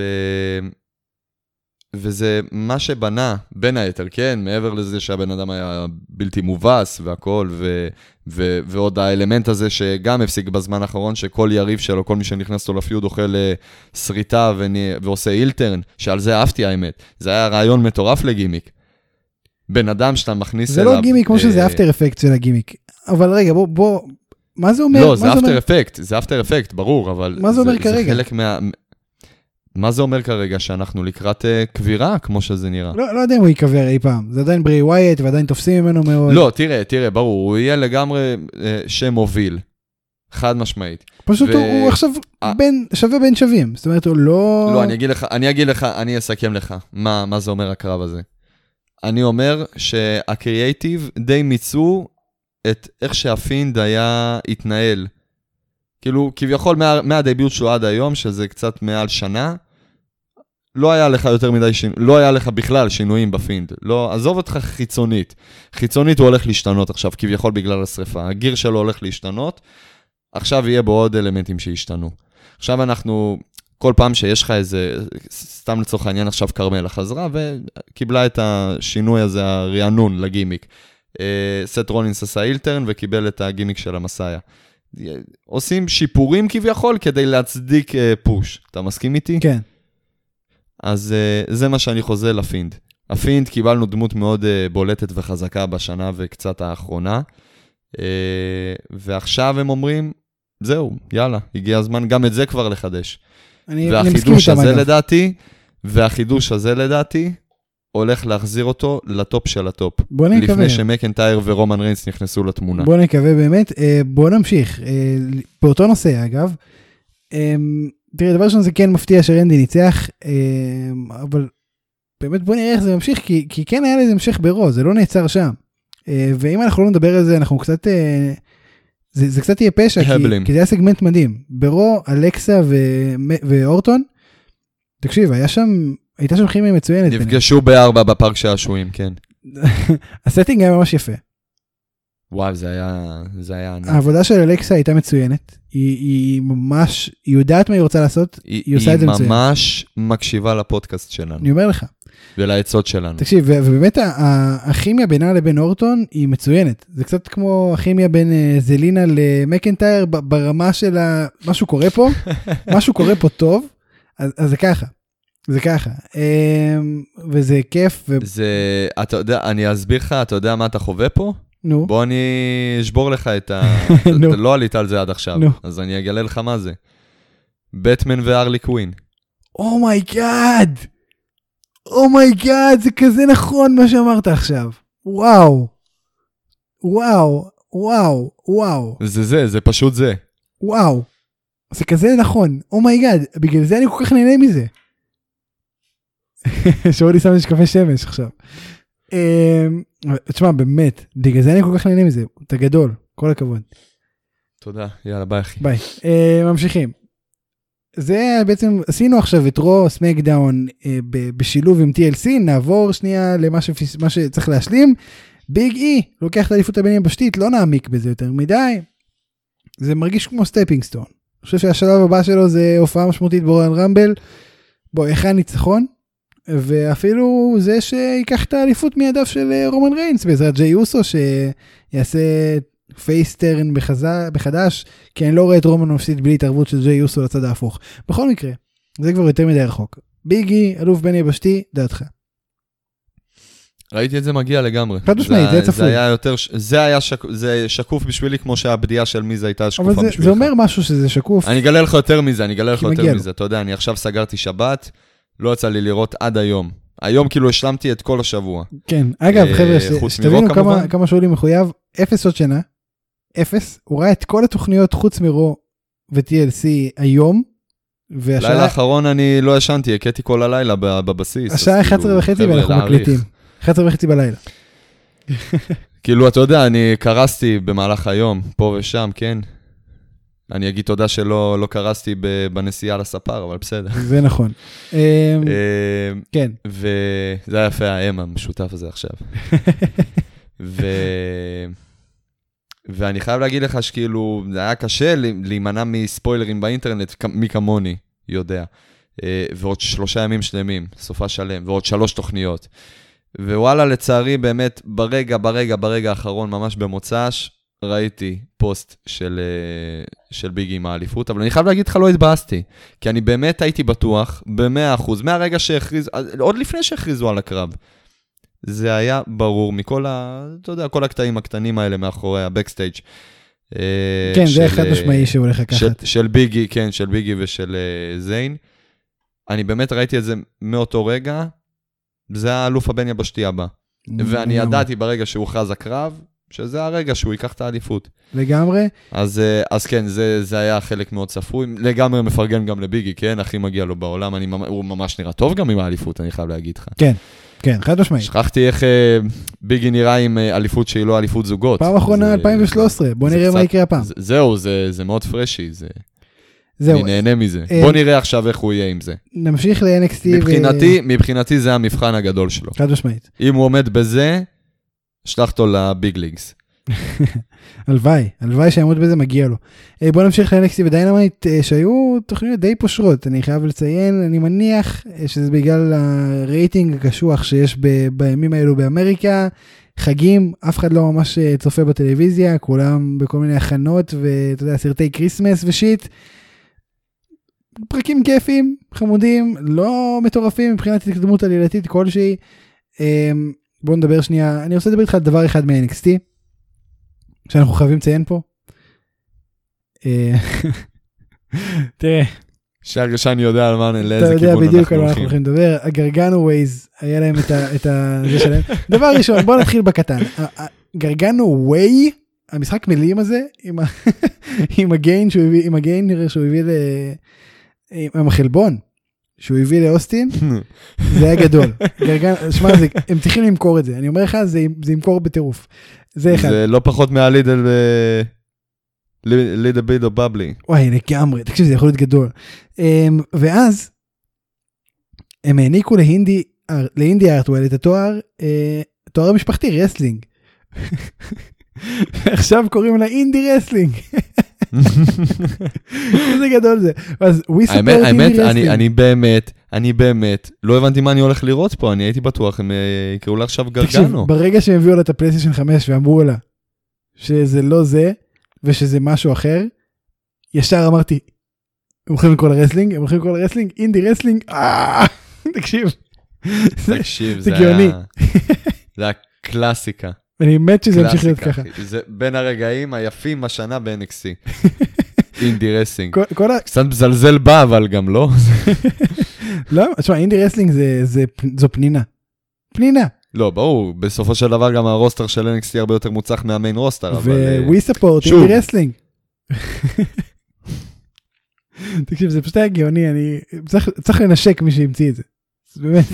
וזה מה שבנה, בין היתר, כן, מעבר לזה שהבן אדם היה בלתי מובס והכל, ו... ו... ועוד האלמנט הזה שגם הפסיק בזמן האחרון, שכל יריב שלו, כל מי שנכנס לו לפיוד אוכל שריטה ו... ועושה אילטרן, שעל זה אהבתי האמת. זה היה רעיון מטורף לגימיק. בן אדם שאתה מכניס זה אליו... זה לא גימיק כמו שזה אפטר אפקט של הגימיק. אבל רגע, בוא, בוא, מה זה אומר? לא, זה אפטר אפקט, זה אפטר אפקט, ברור, אבל... מה זה אומר כרגע? זה חלק מה... מה זה אומר כרגע? שאנחנו לקראת קבירה, כמו שזה נראה. לא, לא יודע אם הוא יקבר אי פעם. זה עדיין ברי ווייט, ועדיין תופסים ממנו מאוד. לא, תראה, תראה, ברור, הוא יהיה לגמרי שם מוביל. חד משמעית. פשוט ו... הוא עכשיו בין, שווה בין שווים. זאת אומרת, הוא לא... לא, אני אגיד לך, אני אגיד לך, אני אסכם לך. מה, מה זה אומר הקרב הזה? אני אומר שהקריאייטיב די מיצו את איך שהפינד היה התנהל. כאילו, כביכול מה, מהדביוט שלו עד היום, שזה קצת מעל שנה, לא היה לך יותר מדי שינוי, לא היה לך בכלל שינויים בפינד. לא, עזוב אותך חיצונית. חיצונית הוא הולך להשתנות עכשיו, כביכול בגלל השריפה. הגיר שלו הולך להשתנות, עכשיו יהיה בו עוד אלמנטים שישתנו. עכשיו אנחנו... כל פעם שיש לך איזה, סתם לצורך העניין עכשיו קרמלה חזרה, וקיבלה את השינוי הזה, הרענון לגימיק. סט רולינס עשה אילטרן, וקיבל את הגימיק של המסאיה. עושים שיפורים כביכול, כדי להצדיק פוש. אתה מסכים איתי? כן. אז זה מה שאני חוזה לפינד. הפינד קיבלנו דמות מאוד בולטת וחזקה בשנה וקצת האחרונה, ועכשיו הם אומרים, זהו, יאללה, הגיע הזמן גם את זה כבר לחדש. והחידוש הזה לדעתי, והחידוש הזה לדעתי, הולך להחזיר אותו לטופ של הטופ. בוא נקווה. לפני שמקנטייר ורומן ריינס נכנסו לתמונה. בוא נקווה באמת. בוא נמשיך. באותו נושא, אגב. תראה, דבר ראשון זה כן מפתיע שרנדי ניצח, אבל באמת בוא נראה איך זה ממשיך, כי, כי כן היה לזה המשך ברו, זה לא נעצר שם. ואם אנחנו לא נדבר על זה, אנחנו קצת... זה, זה קצת יהיה פשע, כי, כי זה היה סגמנט מדהים. ברו, אלכסה ו, ואורטון, תקשיב, היה שם, הייתה שם כימיה מצוינת. נפגשו בארבע בפארק שעשועים, כן. הסטינג היה ממש יפה. וואו, זה היה, זה היה ענק. העבודה של אלכסה הייתה מצוינת, היא, היא ממש, היא יודעת מה היא רוצה לעשות, היא, היא עושה את זה מצוין. היא ממש מקשיבה לפודקאסט שלנו. אני אומר לך. ולעצות שלנו. תקשיב, ובאמת הכימיה בינה לבין אורטון היא מצוינת. זה קצת כמו הכימיה בין זלינה למקנטייר ברמה של משהו קורה פה, משהו קורה פה טוב, אז, אז זה ככה. זה ככה. וזה כיף. ו... זה, אתה יודע, אני אסביר לך, אתה יודע מה אתה חווה פה? נו. בוא אני אשבור לך את ה... נו. לא עלית על זה עד עכשיו, נו. אז אני אגלה לך מה זה. בטמן והרלי קווין. אומייגאד! אומייגאד, זה כזה נכון מה שאמרת עכשיו. וואו. וואו. וואו. וואו. זה זה, זה פשוט זה. וואו. זה כזה נכון. אומייגאד, בגלל זה אני כל כך נהנה מזה. שאולי שם משקפי שמש עכשיו. תשמע, באמת, בגלל זה אני כל כך נהנה מזה. אתה גדול, כל הכבוד. תודה, יאללה, ביי אחי. ביי. ממשיכים. זה בעצם, עשינו עכשיו את רו, סמקדאון בשילוב עם טי אל סי, נעבור שנייה למה שצריך להשלים. ביג אי, לוקח את האליפות הבין יבשתית, לא נעמיק בזה יותר מדי. זה מרגיש כמו סטפינג סטון. אני חושב שהשלב הבא שלו זה הופעה משמעותית ברויאל רמבל. בוא, איך הניצחון? ואפילו זה שיקח את האליפות מידיו של רומן ריינס, בעזרת ג'יי אוסו, שיעשה פייסטרן בחדש, כי אני לא רואה את רומן מפסיד בלי התערבות של ג'יי אוסו לצד ההפוך. בכל מקרה, זה כבר יותר מדי רחוק. ביגי, אלוף בין יבשתי, דעתך. ראיתי את זה מגיע לגמרי. חד משמעית, זה צפוי. זה היה יותר, זה היה שק, זה שקוף בשבילי, כמו שהבדיעה של מי זה הייתה שקופה בשבילך. אבל זה, זה אומר משהו שזה שקוף. אני אגלה לך יותר מזה, אני אגלה לך יותר מזה. אתה יודע, אני עכשיו סגרתי שבת, לא יצא לי לראות עד היום. היום כאילו השלמתי את כל השבוע. כן, אגב, חבר'ה, שתבינו כמה, כמה שאולי מחויב, אפס עוד שנה, אפס, הוא ראה את כל התוכניות חוץ מרו ו-טי אל סי היום, לילה האחרון אני לא ישנתי, הקטתי כל הלילה בבסיס. השעה אחת עשרה וחצי ואנחנו מקליטים. אחת עשרה וחצי בלילה. כאילו, אתה יודע, אני קרסתי במהלך היום, פה ושם, כן. אני אגיד תודה שלא לא קרסתי בנסיעה לספר, אבל בסדר. זה נכון. כן. וזה היה יפה, האם המשותף הזה עכשיו. ו... ואני חייב להגיד לך שכאילו, זה היה קשה להימנע מספוילרים באינטרנט, מי כמוני יודע. ועוד שלושה ימים שלמים, סופה שלם, ועוד שלוש תוכניות. ווואלה, לצערי, באמת, ברגע, ברגע, ברגע האחרון, ממש במוצ"ש, ראיתי פוסט של, של ביגי עם האליפות, אבל אני חייב להגיד לך, לא התבאסתי, כי אני באמת הייתי בטוח, ב-מאה אחוז, מהרגע שהכריז, עוד לפני שהכריזו על הקרב, זה היה ברור מכל ה, אתה יודע, כל הקטעים הקטנים האלה מאחורי הבקסטייג'. כן, זה אחד משמעי שהוא הולך לקחת. של, של ביגי, כן, של ביגי ושל זיין. אני באמת ראיתי את זה מאותו רגע, זה האלוף הבן יבשתי הבא. ואני ידעתי ברגע שהוא הוכרז הקרב, שזה הרגע שהוא ייקח את העדיפות. לגמרי. אז, אז כן, זה, זה היה חלק מאוד צפוי. לגמרי מפרגן גם לביגי, כן? הכי מגיע לו בעולם. אני, הוא ממש נראה טוב גם עם העדיפות, אני חייב להגיד לך. כן, כן, חד משמעית. שכחתי איך ביגי נראה עם עדיפות שהיא לא עדיפות זוגות. פעם אחרונה אלפיים ושלוש עשרה, בוא נראה מה יקרה הפעם. זה, זהו, זה, זה מאוד פרשי, זה... זהו. אני נהנה מזה. בוא נראה עכשיו איך הוא יהיה עם זה. נמשיך ל-אן אקס טי. מבחינתי, מבחינתי זה המבחן הגדול שלו. חד משמעית. אם הוא עומד בזה, שלח אותו לביג ליגס. הלוואי, הלוואי שיעמוד בזה, מגיע לו. בוא נמשיך ל-אן אקס טי ודיינמייט, שהיו תוכניות די פושרות, אני חייב לציין, אני מניח שזה בגלל הרייטינג הקשוח שיש בימים האלו באמריקה, חגים, אף אחד לא ממש צופה בטלוויזיה, כולם בכל מיני הכנות, ואתה יודע, סרטי קריסמס ושיט, פרקים כיפים, חמודים, לא מטורפים מבחינת התקדמות עלילתית כלשהי. בואו נדבר שנייה, אני רוצה לדבר איתך על דבר אחד מ-אן אקס טי, שאנחנו חייבים לציין פה. תראה. שהרגשה אני יודע על מה, לאיזה כיוון אנחנו הולכים. אתה יודע בדיוק על מה אנחנו הולכים לדבר. הגרגנו ווייז, היה להם את זה שלהם. דבר ראשון, בואו נתחיל בקטן. גרגנו ווי, המשחק מילים הזה, עם הגיין שהוא הביא ל... עם החלבון, שהוא הביא לאוסטין, זה היה גדול. שמע, הם צריכים למכור את זה. אני אומר לך, זה ימכור בטירוף. זה אחד. זה לא פחות מהלידל לידל בידו בבלי. וואי, לגמרי. תקשיב, זה יכול להיות גדול. ואז, הם העניקו להינדי ארטוול את התואר, תואר המשפחתי, רסלינג. עכשיו קוראים לה אינדי רסלינג. איזה גדול זה. אז we support אינדי רסלינג. אני באמת, אני באמת, לא הבנתי מה אני הולך לראות פה, אני הייתי בטוח, הם יקראו לה עכשיו גרגנו. תקשיב, ברגע שהם הביאו לה את הפלייסטיישן חמש ואמרו לה שזה לא זה, ושזה משהו אחר, ישר אמרתי, הם הולכים לקרוא לרסלינג, הם הולכים לקרוא לרסלינג, אינדי רסלינג, תקשיב. תקשיב, זה גאוני. זה הקלאסיקה. אני מת שזה ימשיך להיות ככה. זה בין הרגעים היפים השנה ב-אן אקס טי. אינדי רסלינג. קצת מזלזל בה, אבל גם לא. לא, תשמע, אינדי רסלינג זו פנינה. פנינה. לא, ברור, בסופו של דבר גם הרוסטר של אן אקס טי הרבה יותר מוצלח מהמיין רוסטר. ו-we support אינדי רסלינג. תקשיב, זה פשוט היה גאוני, אני צריך לנשק מי שהמציא את זה. באמת.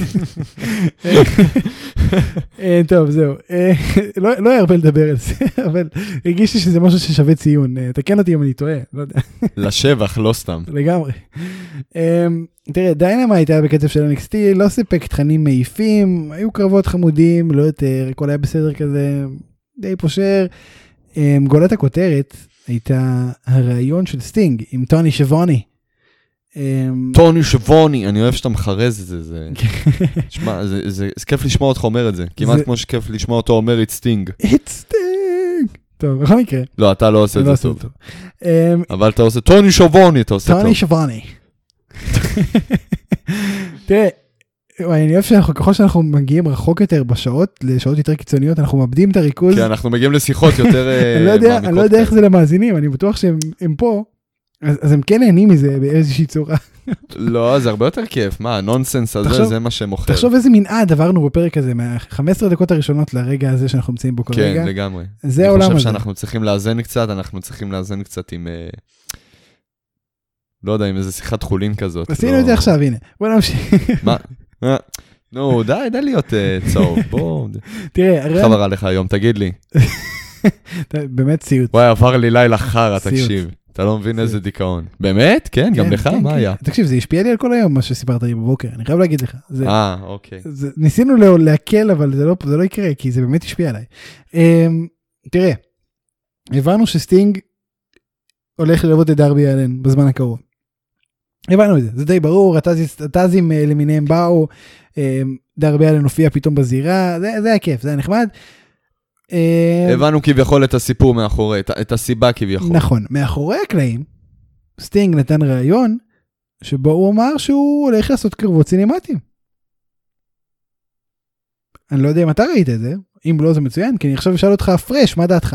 טוב, זהו. לא היה הרבה לדבר על זה, אבל הרגישתי שזה משהו ששווה ציון. תקן אותי אם אני טועה, לא יודע. לשבח, לא סתם. לגמרי. תראה, דיינמייט היה בקצב של אן אקס טי, לא סיפק תכנים מעיפים, היו קרבות חמודים, לא יותר, הכל היה בסדר כזה, די פושר. גולת הכותרת הייתה הרעיון של סטינג עם טוני שבוני. טוני שבוני, אני אוהב שאתה מחרז את זה, זה, תשמע, זה, זה, זה כיף לשמוע אותך אומר את זה, כמעט כמו שכיף לשמוע אותו אומר את סטינג. את סטינג. טוב, בכל מקרה. לא, אתה לא עושה את זה טוב. אבל אתה עושה, טוני שבוני, אתה עושה טוב. טוני שבוני. תראה, אני אוהב שאנחנו, ככל שאנחנו מגיעים רחוק יותר בשעות, לשעות יותר קיצוניות, אנחנו מאבדים את הריכוז. כי אנחנו מגיעים לשיחות יותר מעמיקות. אני לא יודע איך זה למאזינים, אני בטוח שהם פה, אז הם כן נהנים מזה באיזושהי צורה. לא, זה הרבה יותר כיף. מה, הנונסנס הזה, זה מה שמוכר. תחשוב איזה מנעד עברנו בפרק הזה, מה-חמש עשרה דקות הראשונות לרגע הזה שאנחנו מצאים בו כל רגע. כן, לגמרי. זה העולם הזה. אני חושב שאנחנו צריכים לאזן קצת, אנחנו צריכים לאזן קצת עם, לא יודע, עם איזה שיחת חולין כזאת. עשינו את זה עכשיו, הנה. בוא נמשיך. מה? נו, די, די להיות צהוב. בוא. תראה, חברה לך היום, תגיד לי. באמת סיוט. וואי, עבר לי לילה חרה, תקשיב. אתה לא מבין איזה דיכאון. באמת? כן, גם לך? מה היה? תקשיב, זה השפיע לי על כל היום, מה שסיפרת לי בבוקר. אני חייב להגיד לך. אה, אוקיי. ניסינו להקל, אבל זה לא יקרה, כי זה באמת השפיע עליי. תראה, הבנו שסטינג הולך ללוות את דרבי אלן בזמן הקרוב. הבנו את זה, זה די ברור, הטזים למיניהם באו, דרבי אלן הופיע פתאום בזירה, זה היה כיף, זה היה נחמד. הבנו כביכול את הסיפור מאחורי, את הסיבה כביכול. נכון, מאחורי הקלעים, סטינג נתן רעיון, שבו הוא אמר שהוא הולך לעשות קרבות סינמטיים. אני לא יודע אם אתה ראית את זה, אם לא זה מצוין, כי אני עכשיו אשאל אותך פרש, מה דעתך?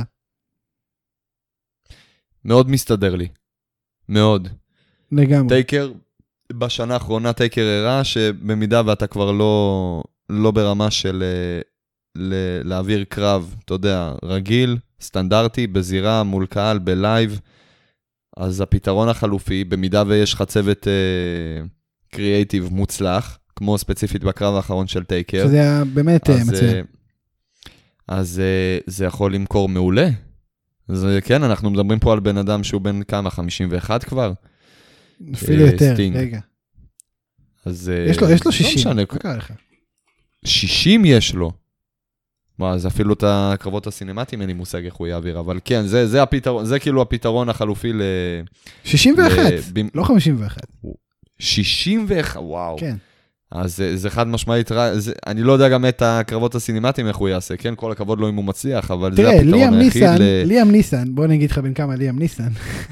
מאוד מסתדר לי, מאוד. לגמרי. טייקר, בשנה האחרונה טייקר הראה, שבמידה ואתה כבר לא, לא ברמה של... להעביר קרב, אתה יודע, רגיל, סטנדרטי, בזירה, מול קהל, בלייב, אז הפתרון החלופי, במידה ויש לך צוות קריאייטיב מוצלח, כמו ספציפית בקרב האחרון של טייקר. שזה היה באמת מצוין. אז זה יכול למכור מעולה. אז כן, אנחנו מדברים פה על בן אדם שהוא בן כמה, חמישים ואחת כבר? אפילו יותר, רגע. אז... יש לו שישים, מה קרה לך? שישים יש לו. מה, אז אפילו את הקרבות הסינמטיים אין לי מושג איך הוא יעביר, אבל כן, זה, זה הפתרון, זה כאילו הפתרון החלופי ל... שישים ואחת, לא חמישים ואחת. שישים ואחת, וואו. כן. אז זה, זה חד משמעית, זה, אני לא יודע גם את הקרבות הסינמטיים איך הוא יעשה, כן? כל הכבוד לו אם הוא מצליח, אבל תראה, זה הפתרון ליאם היחיד ניסן, ל... ליאם ניסן, בוא נגיד לך בין כמה ליאם ניסן.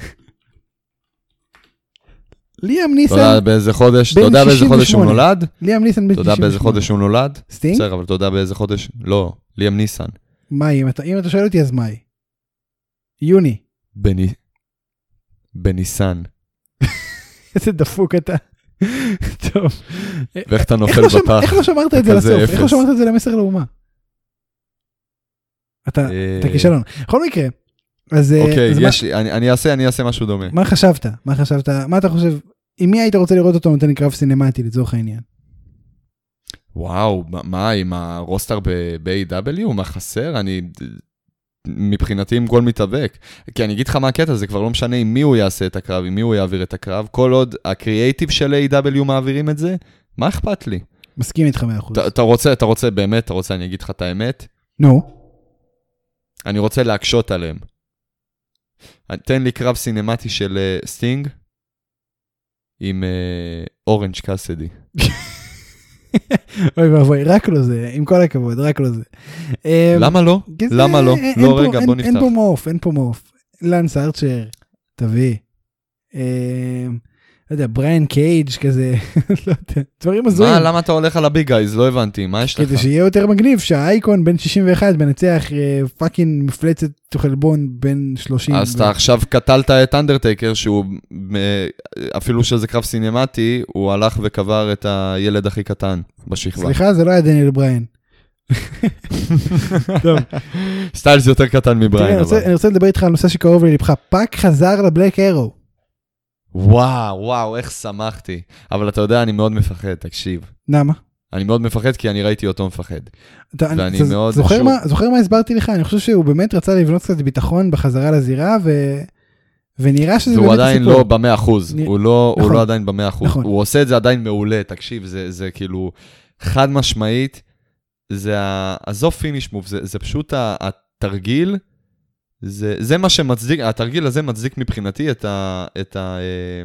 ליאם ניסן... אתה יודע באיזה חודש, אתה יודע באיזה חודש הוא נולד? ליאם ניסן בן שישים ושמונה. אתה יודע באיזה חודש הוא נולד? סטינג? בסדר, אבל אתה יודע באיזה חודש? לא, ליאם ניסן. מאי, אם אתה, אם אתה שואל אותי, אז מאי. יוני. בני... בניסן. איזה דפוק אתה. טוב. ואיך אתה נופל בפח? איך לא שמרת את זה לסוף? איך לא שמרת את זה למסר לאומה? אתה כישלון. בכל מקרה, אז... אוקיי, יש לי, אני אעשה, אני אעשה משהו דומה. מה חשבת? מה חשבת? מה אתה חושב? עם מי היית רוצה לראות אותו נותן קרב סינמטי לצורך העניין? וואו, מה, עם הרוסטר ב-איי דאבליו? מה חסר? אני... מבחינתי עם גול מתאבק. כי אני אגיד לך מה הקטע, זה כבר לא משנה עם מי הוא יעשה את הקרב, עם מי הוא יעביר את הקרב. כל עוד הקריאייטיב של איי דאבליו מעבירים את זה, מה אכפת לי? מסכים איתך מאה אחוז. אתה רוצה, אתה רוצה באמת, אתה רוצה, אני אגיד לך את האמת? נו. אני רוצה להקשות עליהם. תן לי קרב סינמטי של סטינג, עם אורנג' קאסדי. אוי ואבוי, רק לא זה, עם כל הכבוד, רק לא זה. למה לא? למה לא? לא, רגע, בוא נפתח. אין פה מוף, אין פה מוף. לנס ארצ'ר, תביא. לא יודע, בריין קייג' כזה, לא יודע, דברים הזויים. מה, למה אתה הולך על הביג גייז? לא הבנתי, מה יש לך? כדי שיהיה יותר מגניב, שהאייקון בין שישים ואחת מנצח פאקינג מפלצת חלבון בין שלושים. אז אתה עכשיו קטלת את אנדרטייקר, שהוא, אפילו שזה קרב סינמטי, הוא הלך וקבר את הילד הכי קטן בשכבה. סליחה, זה לא היה דניאל בריין. סטיילס יותר קטן מבריין. אני רוצה לדבר איתך על נושא שקרוב ללבך. פאק חזר לבלק ארו. וואו, וואו, איך שמחתי. אבל אתה יודע, אני מאוד מפחד, תקשיב. למה? אני מאוד מפחד כי אני ראיתי אותו מפחד. ואני מאוד... זוכר מה הסברתי לך? אני חושב שהוא באמת רצה לבנות קצת ביטחון בחזרה לזירה, ונראה שזה באמת הסיפור. והוא עדיין לא במאה אחוז. הוא לא עדיין במאה אחוז. הוא עושה את זה עדיין מעולה, תקשיב, זה כאילו חד משמעית, זה עזוב פיניש מוב, זה פשוט התרגיל, זה, זה מה שמצדיק, התרגיל הזה מצדיק מבחינתי את ה, את ה,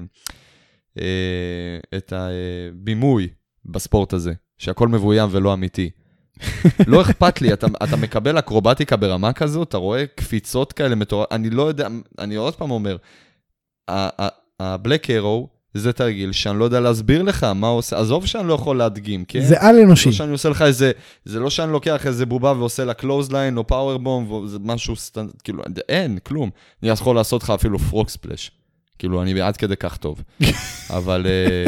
את הבימוי בספורט הזה, שהכל מבוים ולא אמיתי. לא אכפת לי, אתה, אתה מקבל אקרובטיקה ברמה כזו, אתה רואה קפיצות כאלה מטורפות, אני לא יודע, אני עוד פעם אומר, הבלק ארו, זה תרגיל שאני לא יודע להסביר לך מה הוא עושה, עזוב שאני לא יכול להדגים, כן? זה על אנושי. לא שאני עושה לך איזה, זה לא שאני לוקח איזה בובה ועושה לה קלוז ליין או פאוור בום, זה משהו סטנד, כאילו, אין, כלום. אני יכול לעשות לך אפילו פרוק ספלש. כאילו, אני עד כדי כך טוב. אבל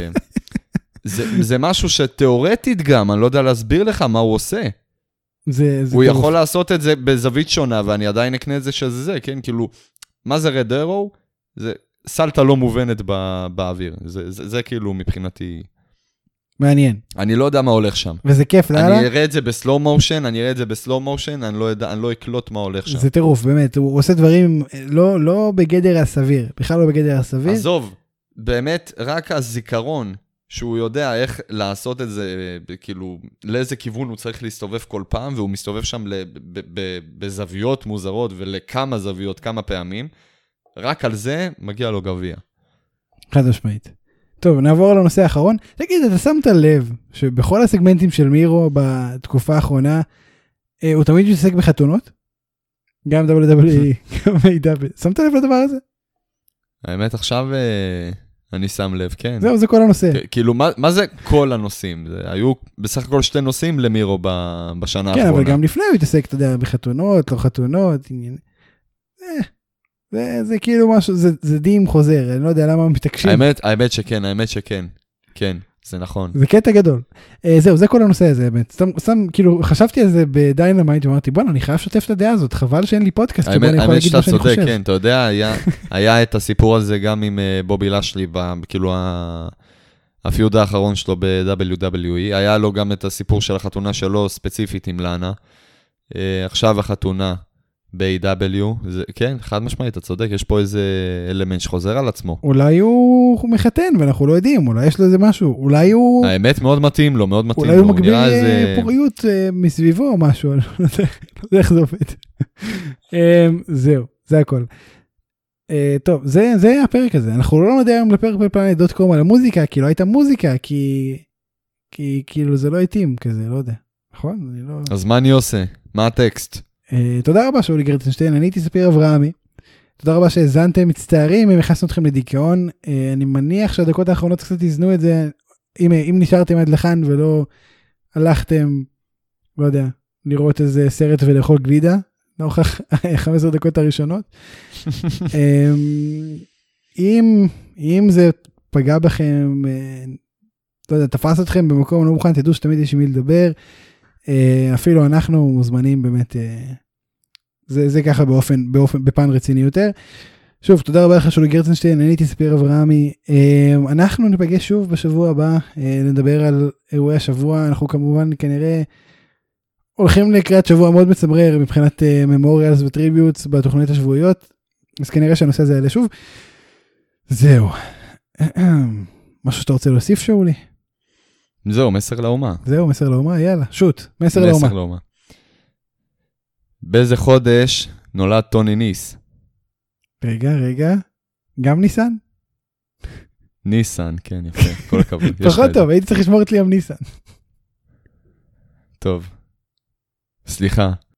זה, זה משהו שתיאורטית גם, אני לא יודע להסביר לך מה הוא עושה. זה, זה הוא טוב. יכול לעשות את זה בזווית שונה, ואני עדיין אקנה את זה שזה זה, כן? כאילו, מה זה רד ארו? זה... סלטה לא מובנת בא, באוויר. זה, זה, זה כאילו מבחינתי... מעניין. אני לא יודע מה הולך שם. וזה כיף, לא? אני אראה את זה בסלואו מושן, אני אראה את זה בסלואו מושן, אני לא יודע, אני לא אקלוט מה הולך שם. זה טירוף, באמת. הוא עושה דברים לא, לא בגדר הסביר. בכלל לא בגדר הסביר. עזוב, באמת, רק הזיכרון, שהוא יודע איך לעשות את זה, כאילו, לאיזה כיוון הוא צריך להסתובב כל פעם, והוא מסתובב שם בזוויות מוזרות, ולכמה זוויות, כמה פעמים, רק על זה מגיע לו גביע. חד משמעית. טוב, נעבור לנושא האחרון. תגיד, אתה שמת לב שבכל הסגמנטים של מירו בתקופה האחרונה, הוא תמיד מתעסק בחתונות? גם דאבליו דאבליו אי, גם איי דאבליו. שמת לב לדבר הזה? האמת, עכשיו אני שם לב, כן. זהו, זה כל הנושא. כאילו, מה זה כל הנושאים? היו בסך הכל שתי נושאים למירו בשנה האחרונה. כן, אבל גם לפני הוא התעסק, אתה יודע, בחתונות, לא חתונות, עניין... אה... זה, זה כאילו משהו, זה, זה דים חוזר, אני לא יודע למה מתעקשים. האמת, האמת שכן, האמת שכן, כן, זה נכון. זה קטע גדול. אה, זהו, זה כל הנושא הזה, באמת. סתם, סתם, כאילו, חשבתי על זה בדיינמייט, ואמרתי, בוא'נה, אני חייב לשתף את הדעה הזאת, חבל שאין לי פודקאסט, האמת, שבו אני יכול להגיד מה שאני צודק, חושב. כן, אתה יודע, היה, היה את הסיפור הזה גם עם uh, בובי לשלי, כאילו, הפיוד האחרון שלו ב-דאבליו דאבליו אי, היה לו גם את הסיפור של החתונה שלו, ספציפית עם לאנה. Uh, עכשיו החתונה, ב-איי דאבליו, זה, כן, חד משמעית, אתה צודק, יש פה איזה אלמנט שחוזר על עצמו. אולי הוא מחתן, ואנחנו לא יודעים, אולי יש לו איזה משהו, אולי הוא... האמת מאוד מתאים לו, מאוד מתאים לו. אולי הוא מגביר איזה... פוריות מסביבו או משהו, אני לא יודע איך זה עובד. זהו, זה הכל. טוב, זה, זה הפרק הזה, אנחנו לא נדע היום לפרק בפלנט דוט קום על המוזיקה, כי לא הייתה מוזיקה, כי... כי כאילו זה לא התאים כזה, לא יודע. נכון? אני לא... אז מה אני עושה? מה הטקסט? Uh, תודה רבה שאולי גרצנשטיין, אני הייתי ספיר אברהמי, תודה רבה שהזנתם, מצטערים אם הכנסנו אתכם לדיכאון, uh, אני מניח שהדקות האחרונות קצת יזנו את זה, אם, אם נשארתם עד לכאן ולא הלכתם, לא יודע, לראות איזה סרט ולאכול גלידה, נוכח חמש עשרה דקות הראשונות, um, אם, אם זה פגע בכם, uh, לא יודע, תפס אתכם במקום לא מוכן, תדעו שתמיד יש עם מי לדבר, אפילו אנחנו מוזמנים באמת, זה, זה ככה באופן, באופן, בפן רציני יותר. שוב, תודה רבה לך שולי גרצנשטיין, אני הייתי ספיר אברהמי, אנחנו ניפגש שוב בשבוע הבא, נדבר על אירועי השבוע, אנחנו כמובן כנראה הולכים לקראת שבוע מאוד מצמרר, מבחינת ממוריאלס וטריביוטס בתוכניות השבועיות, אז כנראה שהנושא הזה יעלה שוב. זהו. משהו שאתה רוצה להוסיף שאולי? זהו, מסר לאומה. זהו, מסר לאומה, יאללה, שוט, מסר לאומה. מסר לאומה. באיזה חודש נולד טוני ניס? רגע, רגע. גם ניסן? ניסן, כן, יפה, כל הכבוד. פחות טוב, הייתי צריך לשמור את ליאם ניסן. טוב. סליחה.